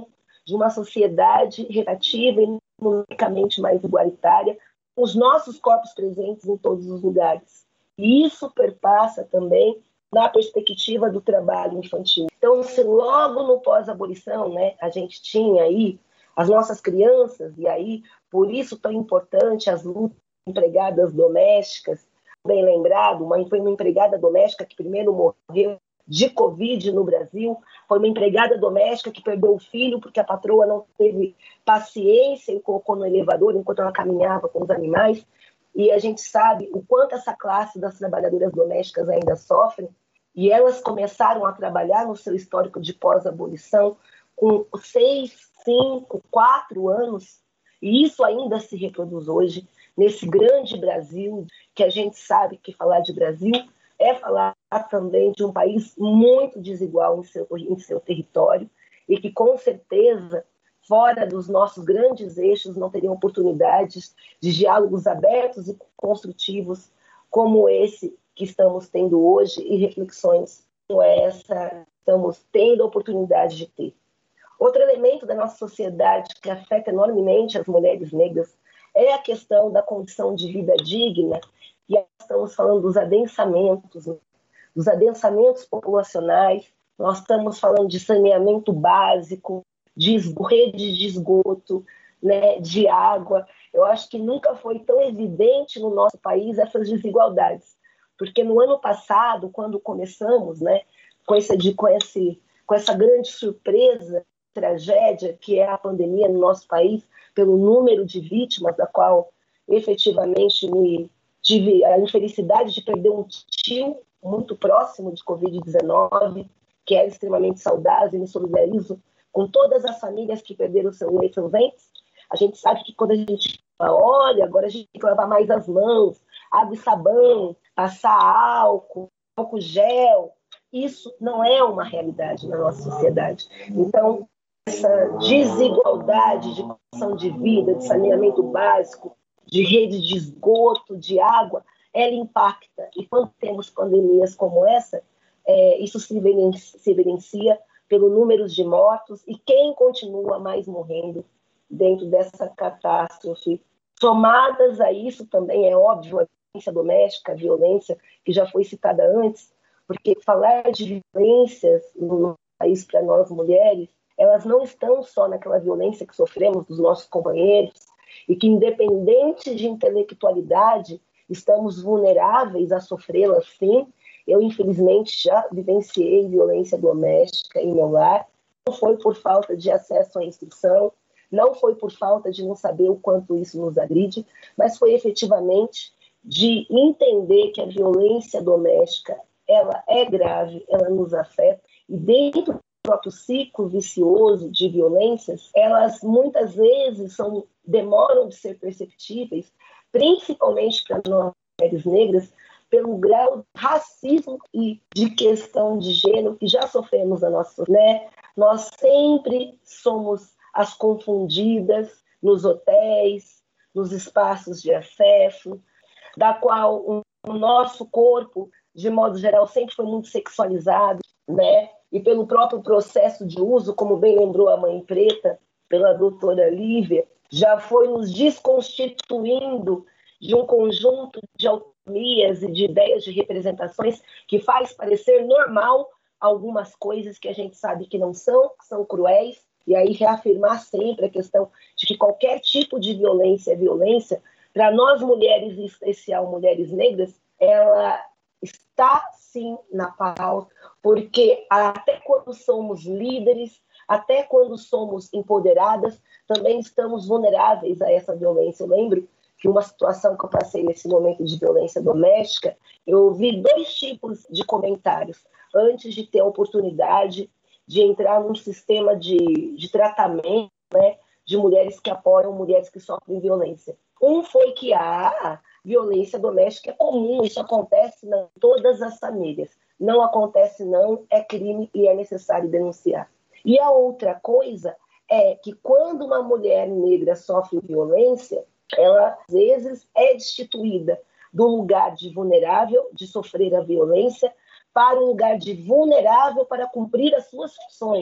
de uma sociedade reativa e economicamente mais igualitária, com os nossos corpos presentes em todos os lugares. E isso perpassa também na perspectiva do trabalho infantil. Então, se logo no pós-abolição, né, a gente tinha aí as nossas crianças, e aí, por isso tão importante as lutas empregadas domésticas, bem lembrado, uma, foi uma empregada doméstica que primeiro morreu de Covid no Brasil, foi uma empregada doméstica que perdeu o filho porque a patroa não teve paciência e colocou no elevador enquanto ela caminhava com os animais, e a gente sabe o quanto essa classe das trabalhadoras domésticas ainda sofre, e elas começaram a trabalhar no seu histórico de pós-abolição com seis, cinco, quatro anos, e isso ainda se reproduz hoje, nesse grande Brasil, que a gente sabe que falar de Brasil é falar também de um país muito desigual em seu, em seu território, e que, com certeza, fora dos nossos grandes eixos, não teriam oportunidades de diálogos abertos e construtivos como esse que estamos tendo hoje e reflexões como essa que estamos tendo a oportunidade de ter. Outro elemento da nossa sociedade que afeta enormemente as mulheres negras é a questão da condição de vida digna, e estamos falando dos adensamentos, né? dos adensamentos populacionais, nós estamos falando de saneamento básico, de rede de esgoto, né, de água. Eu acho que nunca foi tão evidente no nosso país essas desigualdades, porque no ano passado, quando começamos, né, com, esse, com, esse, com essa grande surpresa, tragédia que é a pandemia no nosso país, pelo número de vítimas, da qual efetivamente me tive a infelicidade de perder um tio muito próximo de covid dezenove, que era extremamente saudável, e me solidarizo com todas as famílias que perderam seus entes. A gente sabe que quando a gente fala, olha, agora a gente tem que lavar mais as mãos, água e sabão, passar álcool, álcool gel, isso não é uma realidade na nossa sociedade. Então, essa desigualdade de condição de vida, de saneamento básico, de rede de esgoto, de água, ela impacta. E quando temos pandemias como essa, é, isso se evidencia, se evidencia pelo número de mortos e quem continua mais morrendo dentro dessa catástrofe. Somadas a isso também, é óbvio, a violência doméstica, a violência que já foi citada antes, porque falar de violências no nosso país para nós mulheres, elas não estão só naquela violência que sofremos dos nossos companheiros, e que, independente de intelectualidade, estamos vulneráveis a sofrê-la, sim. Eu, infelizmente, já vivenciei violência doméstica em meu lar. Não foi por falta de acesso à instrução, não foi por falta de não saber o quanto isso nos agride, mas foi efetivamente de entender que a violência doméstica ela é grave, ela nos afeta, e dentro do próprio ciclo vicioso de violências, elas muitas vezes são, demoram de ser perceptíveis, principalmente para nós mulheres negras, pelo grau de racismo e de questão de gênero que já sofremos na nossa, né? Nós sempre somos as confundidas nos hotéis, nos espaços de acesso, da qual o, o nosso corpo, de modo geral, sempre foi muito sexualizado, né? E pelo próprio processo de uso, como bem lembrou a Mãe Preta, pela doutora Lívia, já foi nos desconstituindo de um conjunto de autonomias e de ideias de representações que faz parecer normal algumas coisas que a gente sabe que não são, que são cruéis, e aí reafirmar sempre a questão de que qualquer tipo de violência é violência. Para nós mulheres, em especial mulheres negras, ela está sim na pauta, porque até quando somos líderes, até quando somos empoderadas, também estamos vulneráveis a essa violência. Eu lembro que uma situação que eu passei nesse momento de violência doméstica, eu ouvi dois tipos de comentários antes de ter a oportunidade de entrar num sistema de, de tratamento, né, de mulheres que apoiam mulheres que sofrem violência. Um foi que a violência doméstica é comum, isso acontece em todas as famílias. Não acontece não, é crime e é necessário denunciar. E a outra coisa é que quando uma mulher negra sofre violência, ela às vezes é destituída do lugar de vulnerável, de sofrer a violência, para um lugar de vulnerável para cumprir as suas funções.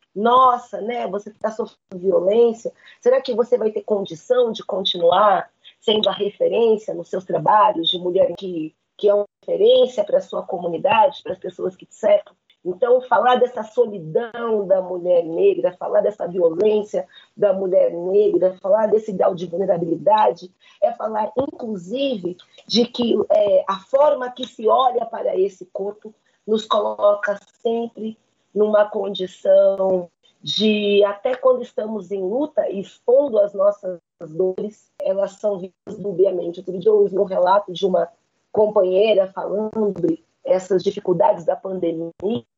nossa, né, você está sofrendo violência, será que você vai ter condição de continuar sendo a referência nos seus trabalhos de mulher que, que é uma referência para a sua comunidade, para as pessoas que te cercam? Então, falar dessa solidão da mulher negra, falar dessa violência da mulher negra, falar desse grau de vulnerabilidade, é falar, inclusive, de que é, a forma que se olha para esse corpo nos coloca sempre numa condição de, até quando estamos em luta, expondo as nossas dores, elas são vistas dubiamente. Outro dia eu ouvi um relato de uma companheira falando sobre essas dificuldades da pandemia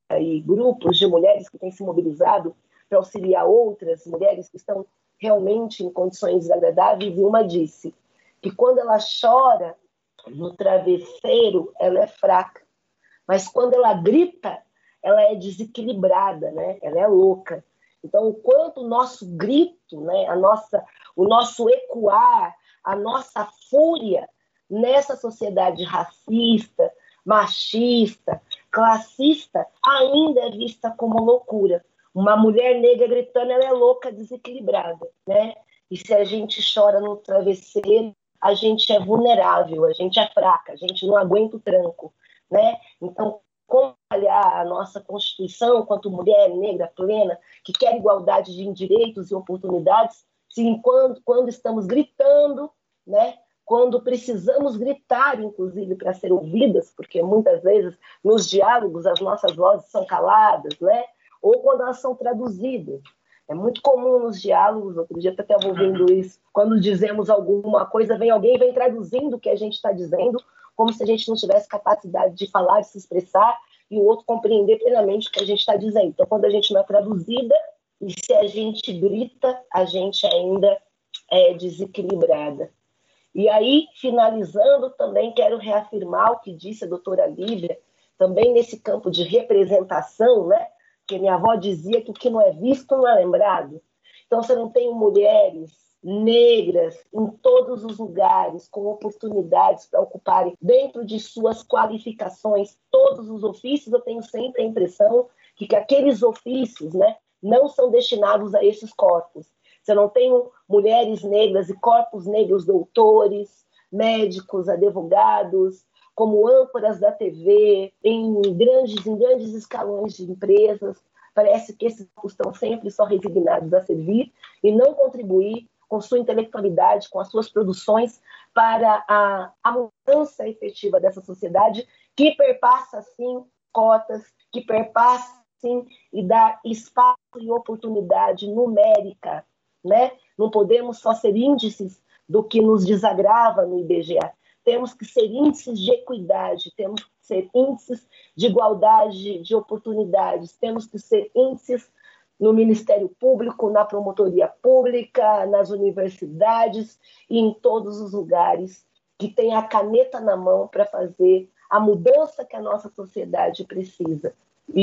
e grupos de mulheres que têm se mobilizado para auxiliar outras mulheres que estão realmente em condições desagradáveis, e uma disse que quando ela chora no travesseiro, ela é fraca, mas quando ela grita, ela é desequilibrada, né? Ela é louca. Então, o quanto o nosso grito, né? a nossa, o nosso ecoar, a nossa fúria nessa sociedade racista, machista, classista, ainda é vista como loucura. Uma mulher negra gritando, ela é louca, desequilibrada, né? E se a gente chora no travesseiro, a gente é vulnerável, a gente é fraca, a gente não aguenta o tranco, né? Então, como olhar a nossa Constituição quanto mulher negra plena, que quer igualdade de direitos e oportunidades, se enquanto, quando estamos gritando, né? Quando precisamos gritar, inclusive, para ser ouvidas, porque muitas vezes nos diálogos as nossas vozes são caladas, né? Ou quando elas são traduzidas. É muito comum nos diálogos, outro dia eu estava ouvindo isso, quando dizemos alguma coisa, vem alguém vem traduzindo o que a gente está dizendo, como se a gente não tivesse capacidade de falar, de se expressar, e o outro compreender plenamente o que a gente está dizendo. Então, quando a gente não é traduzida, e se a gente grita, a gente ainda é desequilibrada. E aí, finalizando, também quero reafirmar o que disse a doutora Lívia, também nesse campo de representação, né? Porque minha avó dizia que o que não é visto não é lembrado. Então, você não tem mulheres negras em todos os lugares, com oportunidades para ocuparem, dentro de suas qualificações, todos os ofícios. Eu tenho sempre a impressão que, que aqueles ofícios, né, não são destinados a esses corpos. Você não tem mulheres negras e corpos negros doutores, médicos, advogados, como âncoras da T V, em grandes, em grandes escalões de empresas. Parece que esses estão sempre só resignados a servir e não contribuir com sua intelectualidade, com as suas produções, para a, a mudança efetiva dessa sociedade, que perpassa, sim, cotas, que perpassa, sim, e dá espaço e oportunidade numérica, né? Não podemos só ser índices do que nos desagrava no I B G E. Temos que ser índices de equidade, temos que ser índices de igualdade de oportunidades, temos que ser índices no Ministério Público, na promotoria pública, nas universidades e em todos os lugares que tem a caneta na mão para fazer a mudança que a nossa sociedade precisa.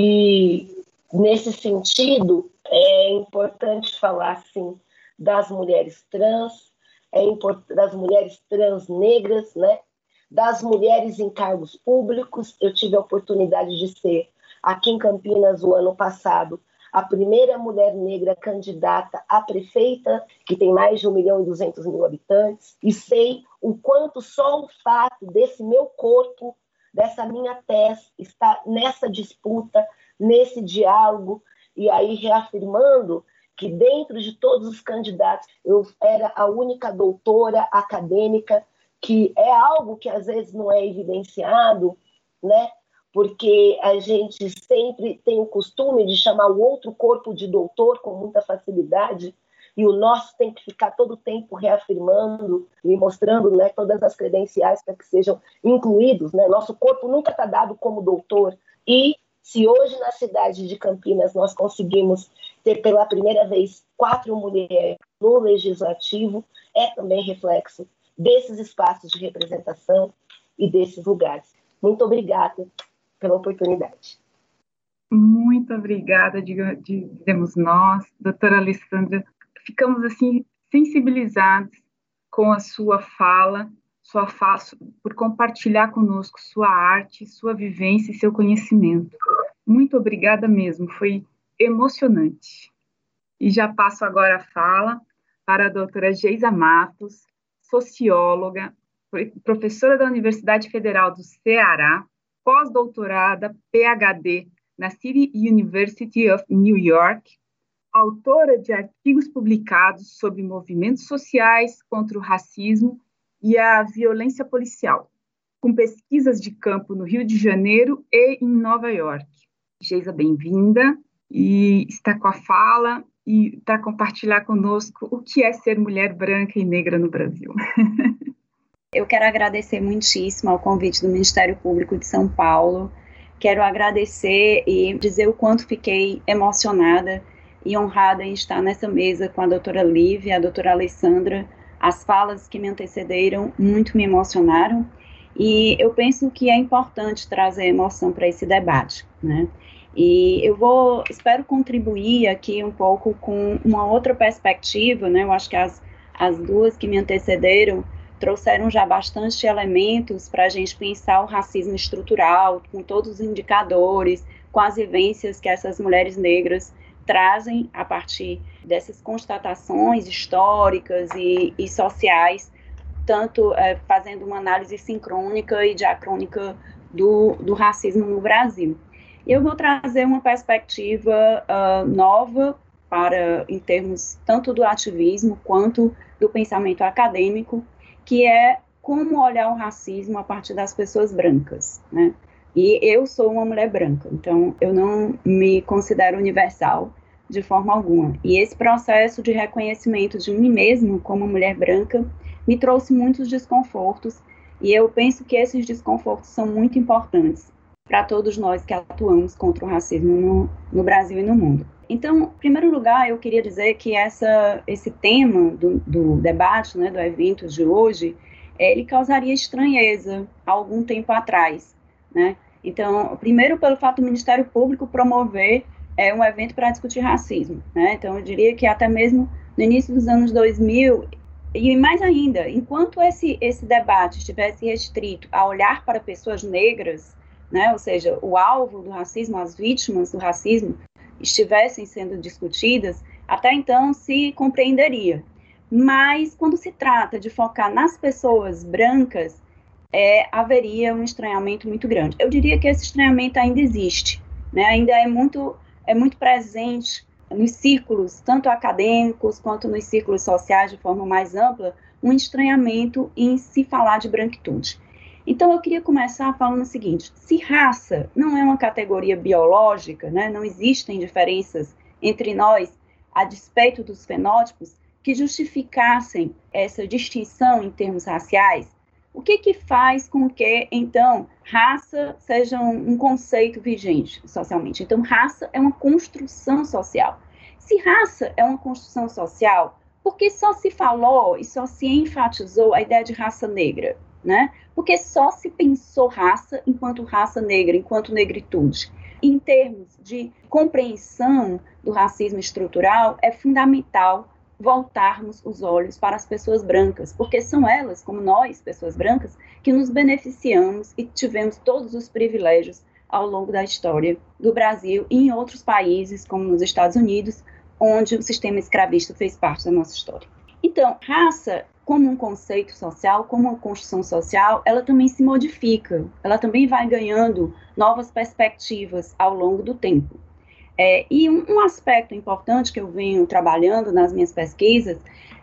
E, nesse sentido, é importante falar, sim, das mulheres trans, é import- das mulheres trans negras, né? Das mulheres em cargos públicos. Eu tive a oportunidade de ser, aqui em Campinas, o ano passado, a primeira mulher negra candidata a prefeita, que tem mais de um milhão e duzentos mil habitantes, e sei o quanto só o fato desse meu corpo, dessa minha tez, estar nessa disputa, nesse diálogo, e aí reafirmando que dentro de todos os candidatos eu era a única doutora acadêmica, que é algo que às vezes não é evidenciado, né? Porque a gente sempre tem o costume de chamar o outro corpo de doutor com muita facilidade, e o nosso tem que ficar todo o tempo reafirmando e mostrando, né, todas as credenciais para que sejam incluídos, né? Nosso corpo nunca está dado como doutor. E se hoje na cidade de Campinas nós conseguimos ter pela primeira vez quatro mulheres no legislativo, é também reflexo desses espaços de representação e desses lugares. Muito obrigada pela oportunidade. Muito obrigada, dizemos nós, doutora Alessandra. Ficamos assim sensibilizados com a sua fala, sua fala, por compartilhar conosco sua arte, sua vivência e seu conhecimento. Muito obrigada mesmo, foi emocionante. E já passo agora a fala para a doutora Geisa Matos, socióloga, professora da Universidade Federal do Ceará, pós-doutorada, P H D, na City University of New York, autora de artigos publicados sobre movimentos sociais contra o racismo e a violência policial, com pesquisas de campo no Rio de Janeiro e em Nova York. Geisa, bem-vinda, e está com a fala e para compartilhar conosco o que é ser mulher branca e negra no Brasil. Eu quero agradecer muitíssimo ao convite do Ministério Público de São Paulo. Quero agradecer e dizer o quanto fiquei emocionada e honrada em estar nessa mesa com a doutora Lívia e a doutora Alessandra. As falas que me antecederam muito me emocionaram e eu penso que é importante trazer emoção para esse debate, né? E eu vou, espero contribuir aqui um pouco com uma outra perspectiva, né? Eu acho que as, as duas que me antecederam trouxeram já bastante elementos para a gente pensar o racismo estrutural, com todos os indicadores, com as vivências que essas mulheres negras trazem a partir dessas constatações históricas e, e sociais, tanto é, fazendo uma análise sincrônica e diacrônica do, do racismo no Brasil. Eu vou trazer uma perspectiva uh, nova para, em termos tanto do ativismo quanto do pensamento acadêmico, que é como olhar o racismo a partir das pessoas brancas, né? E eu sou uma mulher branca, então eu não me considero universal de forma alguma. E esse processo de reconhecimento de mim mesma como mulher branca me trouxe muitos desconfortos, e eu penso que esses desconfortos são muito importantes para todos nós que atuamos contra o racismo no, no Brasil e no mundo. Então, em primeiro lugar, eu queria dizer que essa, esse tema do, do debate, né, do evento de hoje, ele causaria estranheza há algum tempo atrás, né? Então, primeiro pelo fato do Ministério Público promover é, um evento para discutir racismo, né? Então, eu diria que até mesmo no início dos anos dois mil, e mais ainda, enquanto esse, esse debate estivesse restrito a olhar para pessoas negras, né, ou seja, o alvo do racismo, as vítimas do racismo, estivessem sendo discutidas, até então se compreenderia. Mas, quando se trata de focar nas pessoas brancas, é, haveria um estranhamento muito grande. Eu diria que esse estranhamento ainda existe, né, ainda é muito, é muito presente nos círculos, tanto acadêmicos quanto nos círculos sociais, de forma mais ampla, um estranhamento em se falar de branquitude. Então, eu queria começar falando o seguinte: se raça não é uma categoria biológica, né, não existem diferenças entre nós, a despeito dos fenótipos, que justificassem essa distinção em termos raciais, o que que faz com que, então, raça seja um, um conceito vigente socialmente? Então, raça é uma construção social. Se raça é uma construção social, por que só se falou e só se enfatizou a ideia de raça negra, né? Porque só se pensou raça enquanto raça negra, enquanto negritude. Em termos de compreensão do racismo estrutural, é fundamental voltarmos os olhos para as pessoas brancas, porque são elas, como nós, pessoas brancas, que nos beneficiamos e tivemos todos os privilégios ao longo da história do Brasil e em outros países, como nos Estados Unidos, onde o sistema escravista fez parte da nossa história. Então, raça, como um conceito social, como uma construção social, ela também se modifica, ela também vai ganhando novas perspectivas ao longo do tempo. É, e um, um aspecto importante que eu venho trabalhando nas minhas pesquisas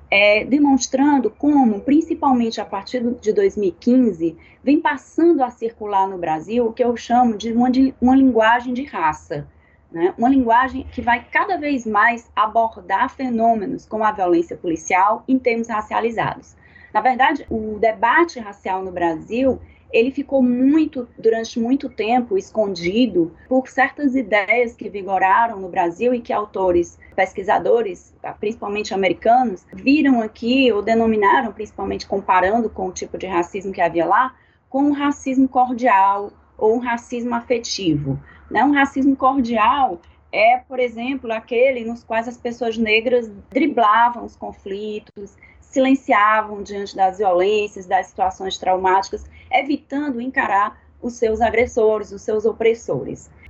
é demonstrando como, principalmente a partir de dois mil e quinze, vem passando a circular no Brasil o que eu chamo de uma, de uma linguagem de raça, né? Uma linguagem que vai cada vez mais abordar fenômenos como a violência policial em termos racializados. Na verdade, o debate racial no Brasil, ele ficou muito, durante muito tempo, escondido por certas ideias que vigoraram no Brasil e que autores, pesquisadores, principalmente americanos, viram aqui ou denominaram, principalmente comparando com o tipo de racismo que havia lá, com um racismo cordial ou um racismo afetivo. Né? Um racismo cordial é, por exemplo, aquele nos quais as pessoas negras driblavam os conflitos, silenciavam diante das violências, das situações traumáticas, evitando encarar os seus agressores, os seus opressores.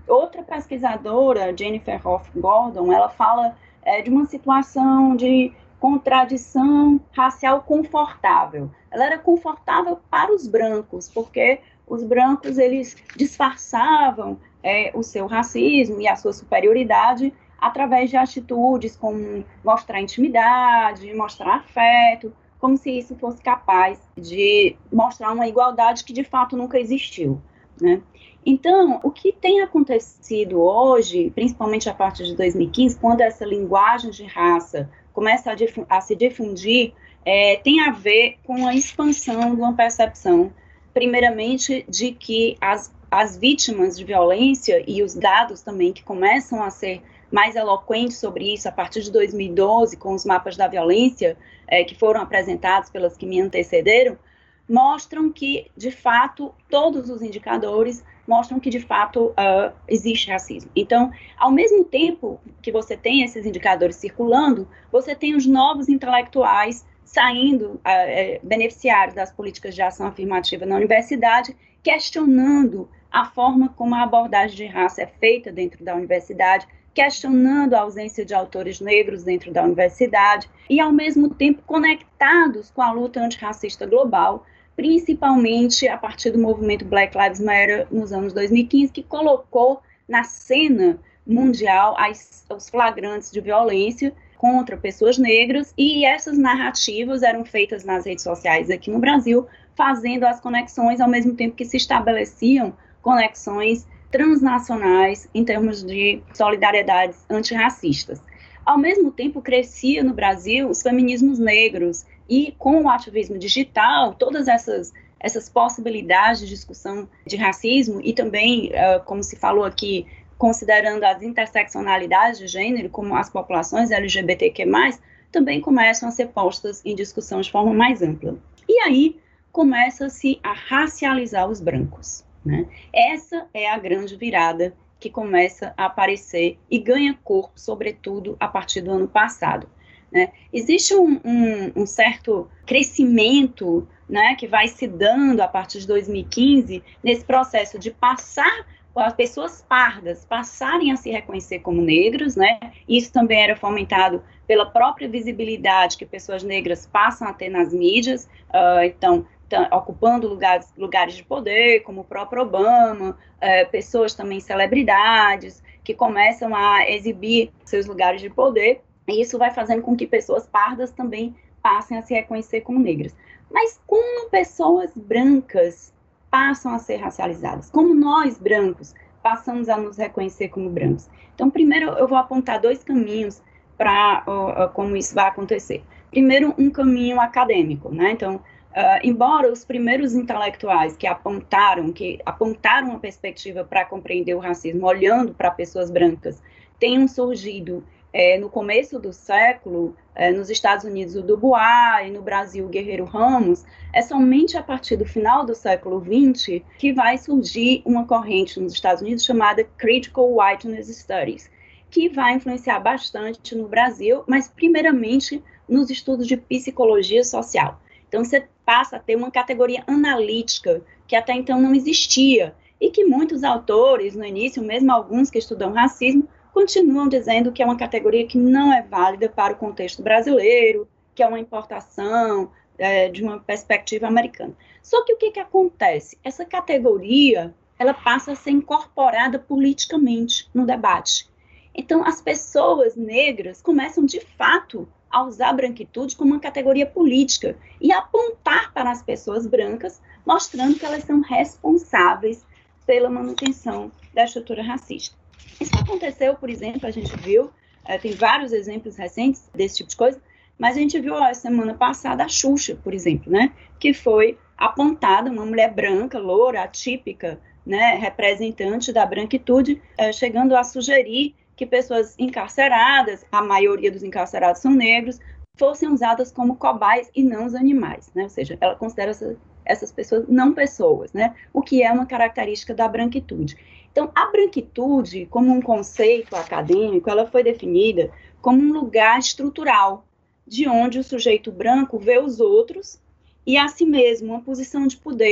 Outra pesquisadora, Jennifer Hoff Gordon, ela fala é, de uma situação de contradição racial confortável. Ela era confortável para os brancos, porque os brancos eles disfarçavam é, o seu racismo e a sua superioridade através de atitudes como mostrar intimidade, mostrar afeto, como se isso fosse capaz de mostrar uma igualdade que de fato nunca existiu, né? Então, o que tem acontecido hoje, principalmente a partir de dois mil e quinze, quando essa linguagem de raça começa a, difu- a se difundir, é, tem a ver com a expansão de uma percepção, primeiramente, de que as, as vítimas de violência e os dados também que começam a ser mais eloquentes sobre isso a partir de dois mil e doze, com os mapas da violência, é, que foram apresentados pelas que me antecederam, mostram que, de fato, todos os indicadores mostram que, de fato, uh, existe racismo. Então, ao mesmo tempo que você tem esses indicadores circulando, você tem os novos intelectuais saindo, uh, uh, beneficiários das políticas de ação afirmativa na universidade, questionando a forma como a abordagem de raça é feita dentro da universidade, questionando a ausência de autores negros dentro da universidade e, ao mesmo tempo, conectados com a luta antirracista global, principalmente a partir do movimento Black Lives Matter nos anos dois mil e quinze, que colocou na cena mundial as, os flagrantes de violência contra pessoas negras, e essas narrativas eram feitas nas redes sociais aqui no Brasil, fazendo as conexões ao mesmo tempo que se estabeleciam conexões transnacionais em termos de solidariedades antirracistas. Ao mesmo tempo, crescia no Brasil os feminismos negros, e com o ativismo digital, todas essas, essas possibilidades de discussão de racismo e também, uh, como se falou aqui, considerando as interseccionalidades de gênero, como as populações L G B T Q mais, também começam a ser postas em discussão de forma mais ampla. E aí começa-se a racializar os brancos, né? Essa é a grande virada que começa a aparecer e ganha corpo, sobretudo, a partir do ano passado. Né? Existe um, um, um certo crescimento, né, que vai se dando a partir de dois mil e quinze, nesse processo de passar, as pessoas pardas passarem a se reconhecer como negros, né? Isso também era fomentado pela própria visibilidade que pessoas negras passam a ter nas mídias, uh, então, ocupando lugares, lugares de poder, como o próprio Obama, uh, pessoas também celebridades, que começam a exibir seus lugares de poder. E isso vai fazendo com que pessoas pardas também passem a se reconhecer como negras. Mas como pessoas brancas passam a ser racializadas? Como nós, brancos, passamos a nos reconhecer como brancos? Então, primeiro, eu vou apontar dois caminhos para uh, uh, como isso vai acontecer. Primeiro, um caminho acadêmico, né? Então, uh, embora os primeiros intelectuais que apontaram, que apontaram uma perspectiva para compreender o racismo, olhando para pessoas brancas, tenham surgido É, no começo do século, é, nos Estados Unidos, o Dubois, e no Brasil, o Guerreiro Ramos, é somente a partir do final do século vinte que vai surgir uma corrente nos Estados Unidos chamada Critical Whiteness Studies, que vai influenciar bastante no Brasil, mas primeiramente nos estudos de psicologia social. Então, você passa a ter uma categoria analítica que até então não existia, e que muitos autores, no início, mesmo alguns que estudam racismo, continuam dizendo que é uma categoria que não é válida para o contexto brasileiro, que é uma importação é, de uma perspectiva americana. Só que o que, que acontece? Essa categoria, ela passa a ser incorporada politicamente no debate. Então, as pessoas negras começam, de fato, a usar a branquitude como uma categoria política e apontar para as pessoas brancas, mostrando que elas são responsáveis pela manutenção da estrutura racista. Isso aconteceu, por exemplo, a gente viu, é, tem vários exemplos recentes desse tipo de coisa, mas a gente viu a semana passada a Xuxa, por exemplo, né, que foi apontada, uma mulher branca, loura, atípica, né, representante da branquitude, é, chegando a sugerir que pessoas encarceradas, a maioria dos encarcerados são negros, fossem usadas como cobaias e não os animais, né, ou seja, ela considera essa, essas pessoas não pessoas, né, o que é uma característica da branquitude. Então, a branquitude, como um conceito acadêmico, ela foi definida como um lugar estrutural, de onde o sujeito branco vê os outros e a si mesmo, uma posição de poder,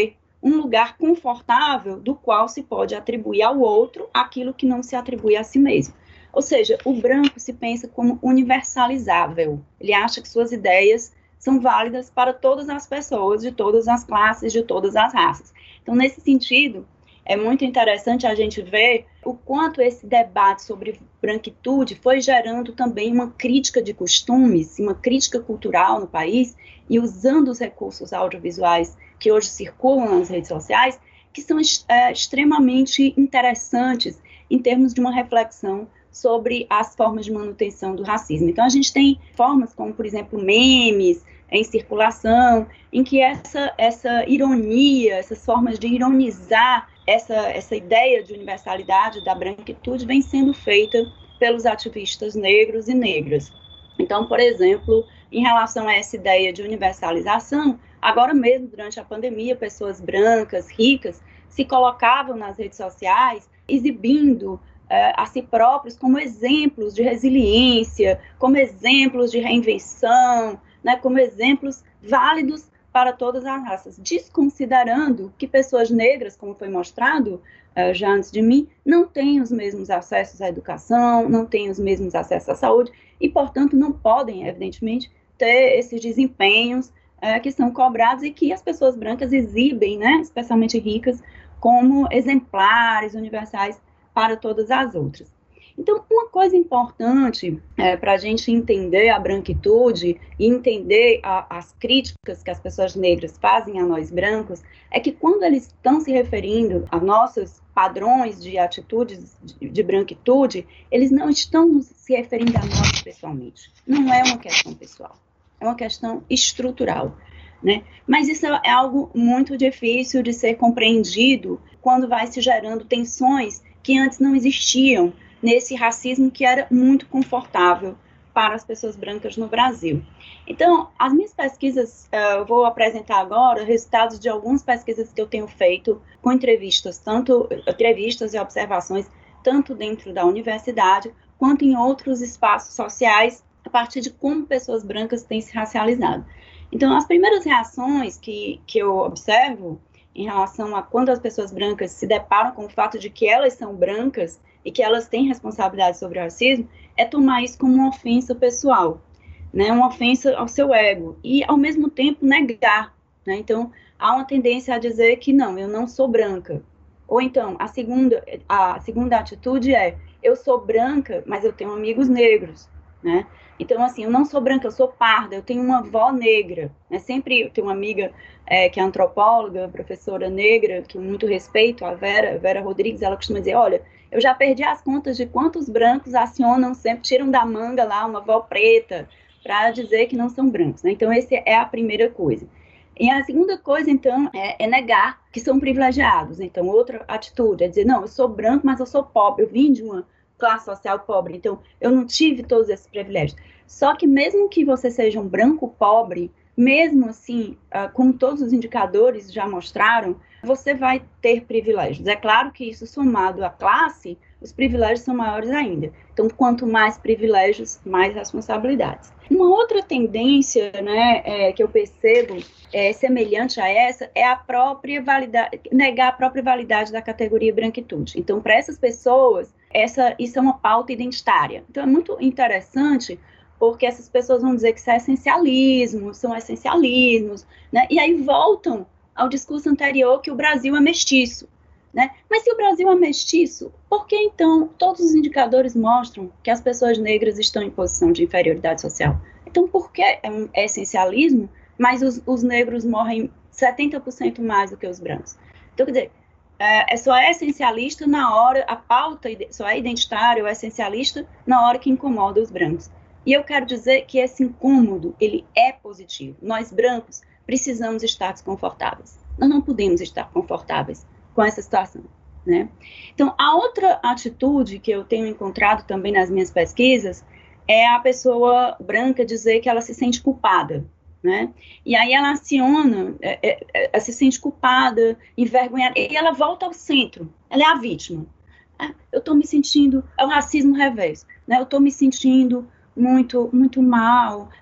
um lugar confortável do qual se pode atribuir ao outro aquilo que não se atribui a si mesmo. Ou seja, o branco se pensa como universalizável. Ele acha que suas ideias são válidas para todas as pessoas, de todas as classes, de todas as raças. Então, nesse sentido, é muito interessante a gente ver o quanto esse debate sobre branquitude foi gerando também uma crítica de costumes, uma crítica cultural no país, e usando os recursos audiovisuais que hoje circulam nas redes sociais, que são é, extremamente interessantes em termos de uma reflexão sobre as formas de manutenção do racismo. Então, a gente tem formas como, por exemplo, memes em circulação, em que essa, essa ironia, essas formas de ironizar essa, essa ideia de universalidade da branquitude vem sendo feita pelos ativistas negros e negras. Então, por exemplo, em relação a essa ideia de universalização, agora mesmo, durante a pandemia, pessoas brancas, ricas, se colocavam nas redes sociais exibindo a si próprios como exemplos de resiliência, como exemplos de reinvenção, né, como exemplos válidos para todas as raças, desconsiderando que pessoas negras, como foi mostrado uh, já antes de mim, não têm os mesmos acessos à educação, não têm os mesmos acessos à saúde e, portanto, não podem, evidentemente, ter esses desempenhos uh, que são cobrados e que as pessoas brancas exibem, né, especialmente ricas, como exemplares universais para todas as outras. Então, uma coisa importante é, para a gente entender a branquitude e entender a, as críticas que as pessoas negras fazem a nós brancos, é que quando eles estão se referindo a nossos padrões de atitudes de, de branquitude, eles não estão se referindo a nós pessoalmente. Não é uma questão pessoal, é uma questão estrutural, né? Mas isso é algo muito difícil de ser compreendido quando vai se gerando tensões que antes não existiam nesse racismo que era muito confortável para as pessoas brancas no Brasil. Então, as minhas pesquisas, uh, eu vou apresentar agora resultados de algumas pesquisas que eu tenho feito com entrevistas, tanto entrevistas e observações, tanto dentro da universidade, quanto em outros espaços sociais, a partir de como pessoas brancas têm se racializado. Então, as primeiras reações que, que eu observo em relação a quando as pessoas brancas se deparam com o fato de que elas são brancas e que elas têm responsabilidade sobre o racismo, é tomar isso como uma ofensa pessoal, né, uma ofensa ao seu ego, e ao mesmo tempo negar, né, então há uma tendência a dizer que não, eu não sou branca, ou então a segunda, a segunda atitude é, eu sou branca, mas eu tenho amigos negros, né, então assim, eu não sou branca, eu sou parda, eu tenho uma avó negra, né, sempre eu tenho uma amiga é, que é antropóloga, professora negra, que eu muito respeito, a Vera, Vera Rodrigues, ela costuma dizer, olha, eu já perdi as contas de quantos brancos acionam sempre, tiram da manga lá uma avó preta para dizer que não são brancos, né? Então, essa é a primeira coisa. E a segunda coisa, então, é, é negar que são privilegiados. Então, outra atitude é dizer, não, eu sou branco, mas eu sou pobre, eu vim de uma classe social pobre, então eu não tive todos esses privilégios. Só que mesmo que você seja um branco pobre, mesmo assim, uh, como todos os indicadores já mostraram, você vai ter privilégios. É claro que isso somado à classe, os privilégios são maiores ainda. Então, quanto mais privilégios, mais responsabilidades. Uma outra tendência, né, é, que eu percebo é, semelhante a essa é a própria validade, negar a própria validade da categoria branquitude. Então, para essas pessoas, essa, isso é uma pauta identitária. Então, é muito interessante porque essas pessoas vão dizer que isso é essencialismo, são essencialismos, né? E aí voltam ao discurso anterior que o Brasil é mestiço, né? Mas se o Brasil é mestiço, por que então todos os indicadores mostram que as pessoas negras estão em posição de inferioridade social? Então por que é um essencialismo, mas os, os negros morrem setenta por cento mais do que os brancos? Então, quer dizer, é, é só é essencialista na hora, a pauta só é identitária ou é essencialista na hora que incomoda os brancos. E eu quero dizer que esse incômodo, ele é positivo. Nós, brancos, precisamos estar desconfortáveis. Nós não podemos estar confortáveis com essa situação, né? Então, a outra atitude que eu tenho encontrado também nas minhas pesquisas é a pessoa branca dizer que ela se sente culpada, né? E aí ela aciona, é, é, é, se sente culpada, envergonhada, e ela volta ao centro. Ela é a vítima. Ah, eu estou me sentindo, é o racismo reverso, né? Eu estou me sentindo muito, muito mal,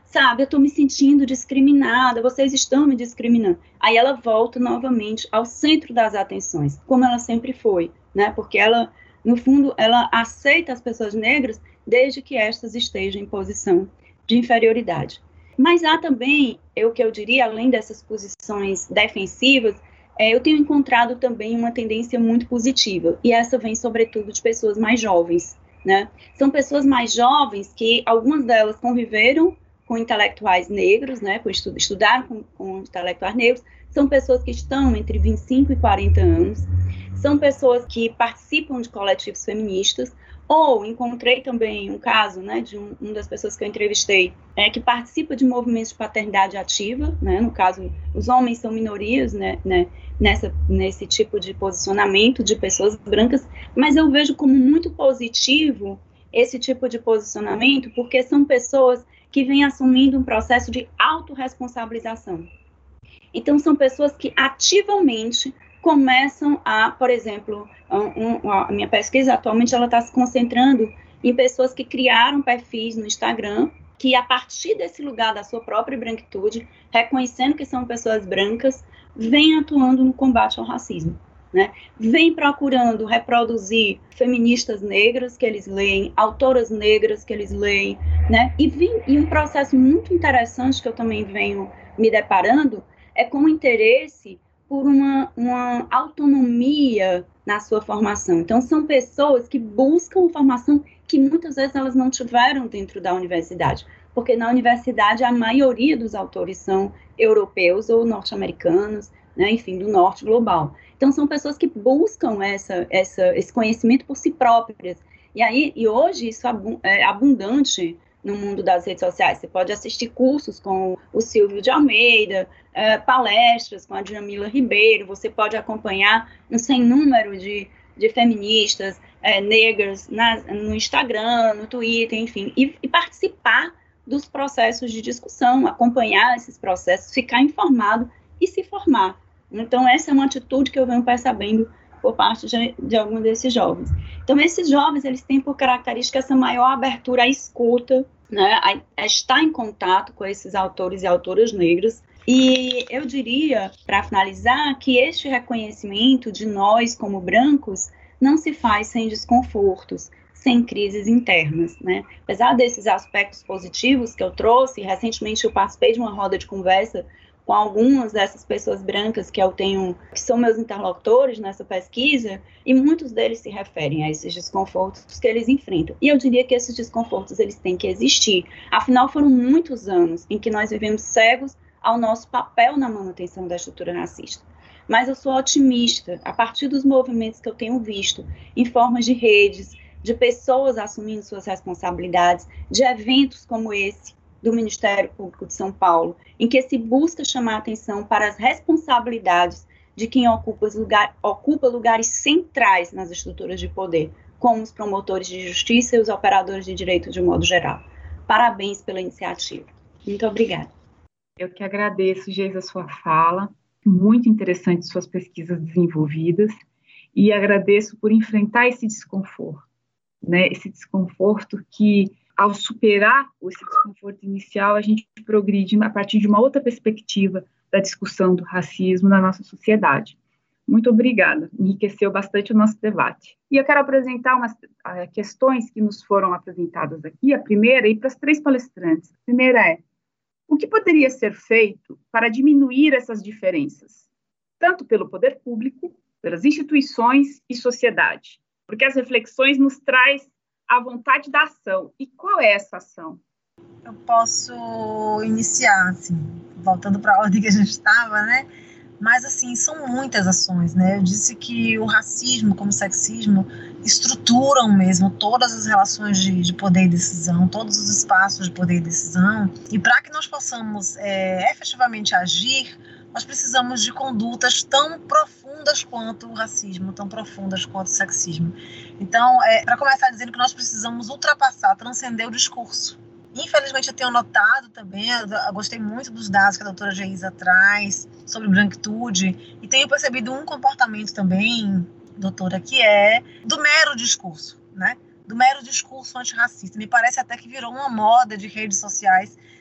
sabe, eu estou me sentindo discriminada, vocês estão me discriminando. Aí ela volta novamente ao centro das atenções, como ela sempre foi, né? Porque ela, no fundo, ela aceita as pessoas negras desde que estas estejam em posição de inferioridade. Mas há também, o que eu diria, além dessas posições defensivas, é, eu tenho encontrado também uma tendência muito positiva, e essa vem sobretudo de pessoas mais jovens, né? São pessoas mais jovens que, algumas delas conviveram com intelectuais negros, né, com estu estudaram com, com intelectuais negros, são pessoas que estão entre vinte e cinco e quarenta anos, são pessoas que participam de coletivos feministas, ou encontrei também um caso, né, de um, uma das pessoas que eu entrevistei, é, que participa de movimentos de paternidade ativa, né, no caso, os homens são minorias, né, né, nessa, nesse tipo de posicionamento de pessoas brancas, mas eu vejo como muito positivo esse tipo de posicionamento, porque são pessoas que vêm assumindo um processo de autorresponsabilização. Então, são pessoas que ativamente começam a, por exemplo, um, um, a minha pesquisa atualmente ela está se concentrando em pessoas que criaram perfis no Instagram, que a partir desse lugar da sua própria branquitude, reconhecendo que são pessoas brancas, vêm atuando no combate ao racismo. Né? Vem procurando reproduzir feministas negras que eles leem, autoras negras que eles leem, né? E, vem, e um processo muito interessante que eu também venho me deparando é com o interesse por uma, uma autonomia na sua formação. Então, são pessoas que buscam formação que muitas vezes elas não tiveram dentro da universidade, porque na universidade a maioria dos autores são europeus ou norte-americanos, né? Enfim, do norte global. Então, são pessoas que buscam essa, essa, esse conhecimento por si próprias. E, aí, e hoje isso é abundante no mundo das redes sociais. Você pode assistir cursos com o Silvio de Almeida, é, palestras com a Djamila Ribeiro, você pode acompanhar um sem número de, de feministas é, negras na, no Instagram, no Twitter, enfim, e, e participar dos processos de discussão, acompanhar esses processos, ficar informado e se formar. Então, essa é uma atitude que eu venho percebendo por parte de, de alguns desses jovens. Então, esses jovens, eles têm por característica essa maior abertura à escuta, né, a, a estar em contato com esses autores e autoras negras. E eu diria, para finalizar, que este reconhecimento de nós como brancos não se faz sem desconfortos, sem crises internas, né? Apesar desses aspectos positivos que eu trouxe, recentemente eu participei de uma roda de conversa com algumas dessas pessoas brancas que eu tenho, que são meus interlocutores nessa pesquisa, e muitos deles se referem a esses desconfortos que eles enfrentam. E eu diria que esses desconfortos, eles têm que existir. Afinal, foram muitos anos em que nós vivemos cegos ao nosso papel na manutenção da estrutura racista. Mas eu sou otimista, a partir dos movimentos que eu tenho visto, em formas de redes, de pessoas assumindo suas responsabilidades, de eventos como esse, do Ministério Público de São Paulo, em que se busca chamar a atenção para as responsabilidades de quem ocupa, lugar, ocupa lugares centrais nas estruturas de poder, como os promotores de justiça e os operadores de direito de modo geral. Parabéns pela iniciativa. Muito obrigada. Eu que agradeço, Geisa, a sua fala, muito interessante suas pesquisas desenvolvidas, e agradeço por enfrentar esse desconforto, né? Esse desconforto que, ao superar esse desconforto inicial, a gente progride a partir de uma outra perspectiva da discussão do racismo na nossa sociedade. Muito obrigada, enriqueceu bastante o nosso debate. E eu quero apresentar umas uh, questões que nos foram apresentadas aqui. A primeira, e para as três palestrantes. A primeira é, o que poderia ser feito para diminuir essas diferenças, tanto pelo poder público, pelas instituições e sociedade? Porque as reflexões nos traz a vontade da ação. E qual é essa ação? Eu posso iniciar, assim, voltando para a ordem que a gente estava, né? Mas, assim, são muitas ações, né? Eu disse que o racismo, como o sexismo, estruturam mesmo todas as relações de, de poder e decisão, todos os espaços de poder e decisão. E para que nós possamos é, efetivamente agir, nós precisamos de condutas tão profundas quanto o racismo, tão profundas quanto o sexismo. Então, é, para começar dizendo que nós precisamos ultrapassar, transcender o discurso. Infelizmente, eu tenho notado também, eu gostei muito dos dados que a doutora Geisa traz sobre branquitude, e tenho percebido um comportamento também, doutora, que é do mero discurso, né? Do mero discurso antirracista. Me parece até que virou uma moda de redes sociais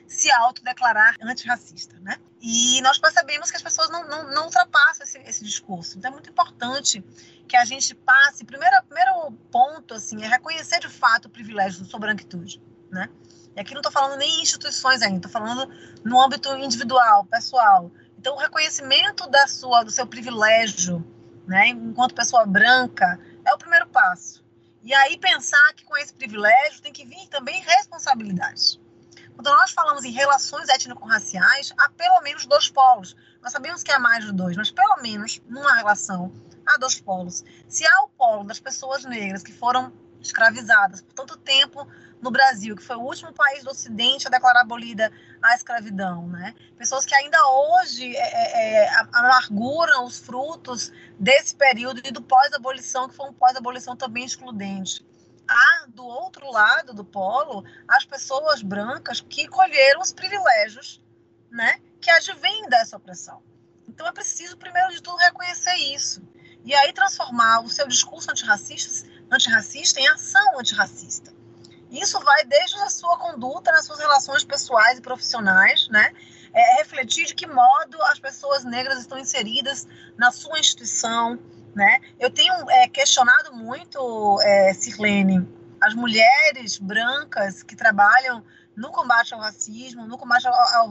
se autodeclarar antirracista, né? E nós percebemos que as pessoas não, não, não ultrapassam esse, esse discurso. Então é muito importante que a gente passe, primeiro, primeiro ponto assim, é reconhecer de fato o privilégio da sua branquitude, né? E aqui não estou falando nem em instituições ainda, estou falando no âmbito individual, pessoal. Então o reconhecimento da sua, do seu privilégio, né, enquanto pessoa branca, é o primeiro passo. E aí pensar que com esse privilégio tem que vir também responsabilidade. Quando nós falamos em relações étnico-raciais, há pelo menos dois polos. Nós sabemos que há mais de dois, mas pelo menos numa relação há dois polos. Se há o polo das pessoas negras que foram escravizadas por tanto tempo no Brasil, que foi o último país do Ocidente a declarar abolida a escravidão, né? Pessoas que ainda hoje é, é, amarguram os frutos desse período e do pós-abolição, que foi um pós-abolição também excludente. Há, do outro lado do polo, as pessoas brancas que colheram os privilégios, né, que advêm dessa opressão. Então é preciso, primeiro de tudo, reconhecer isso. E aí transformar o seu discurso antirracista, antirracista em ação antirracista. Isso vai desde a sua conduta nas suas relações pessoais e profissionais, né? É, refletir de que modo as pessoas negras estão inseridas na sua instituição, né? Eu tenho é, questionado muito, é, Sirlene, as mulheres brancas que trabalham no combate ao racismo, no combate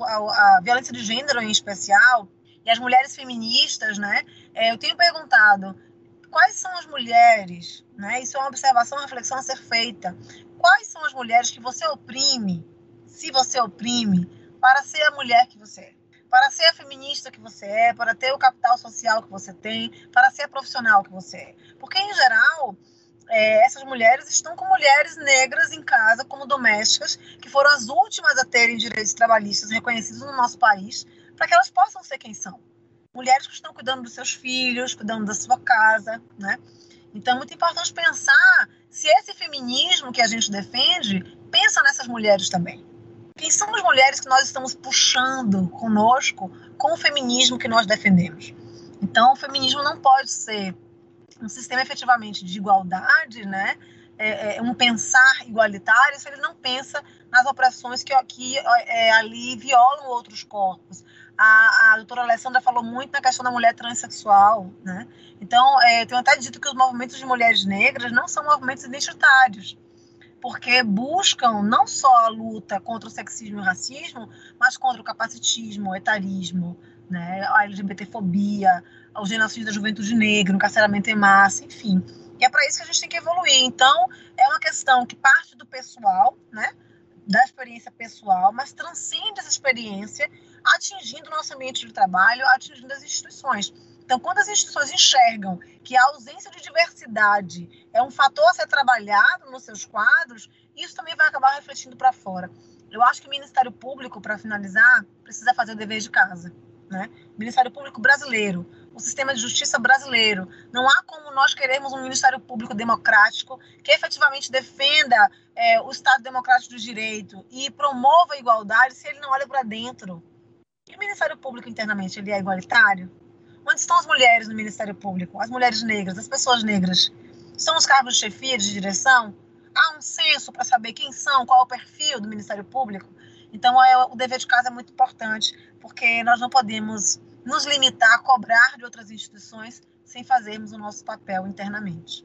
à violência de gênero em especial, e as mulheres feministas, né? É, eu tenho perguntado quais são as mulheres, né? Isso é uma observação, uma reflexão a ser feita. Quais são as mulheres que você oprime, se você oprime, para ser a mulher que você é? Para ser a feminista que você é, para ter o capital social que você tem, para ser a profissional que você é. Porque, em geral, é, essas mulheres estão com mulheres negras em casa, como domésticas, que foram as últimas a terem direitos trabalhistas reconhecidos no nosso país, para que elas possam ser quem são. Mulheres que estão cuidando dos seus filhos, cuidando da sua casa, né? Então, é muito importante pensar se esse feminismo que a gente defende pensa nessas mulheres também. Quem são as mulheres que nós estamos puxando conosco com o feminismo que nós defendemos? Então, o feminismo não pode ser um sistema efetivamente de igualdade, né? É, é um pensar igualitário se ele não pensa nas opressões que, que é, ali violam outros corpos. A, a doutora Alessandra falou muito na questão da mulher transexual, né? Então, é, eu tenho até dito que os movimentos de mulheres negras não são movimentos identitários, porque buscam não só a luta contra o sexismo e o racismo, mas contra o capacitismo, o etarismo, né? A LGBTfobia, o genocídio da juventude negra, o encarceramento em massa, enfim. E é para isso que a gente tem que evoluir. Então, é uma questão que parte do pessoal, né? Da experiência pessoal, mas transcende essa experiência, atingindo o nosso ambiente de trabalho, atingindo as instituições. Então, quando as instituições enxergam que a ausência de diversidade é um fator a ser trabalhado nos seus quadros, isso também vai acabar refletindo para fora. Eu acho que o Ministério Público, para finalizar, precisa fazer o dever de casa, né? O Ministério Público brasileiro, o sistema de justiça brasileiro. Não há como nós queremos um Ministério Público democrático que efetivamente defenda é, o Estado Democrático do Direito e promova a igualdade se ele não olha para dentro. E o Ministério Público internamente, ele é igualitário? Onde estão as mulheres no Ministério Público? As mulheres negras, as pessoas negras? São os cargos de chefia, de direção? Há um censo para saber quem são, qual é o perfil do Ministério Público? Então, é, o dever de casa é muito importante, porque nós não podemos nos limitar a cobrar de outras instituições sem fazermos o nosso papel internamente.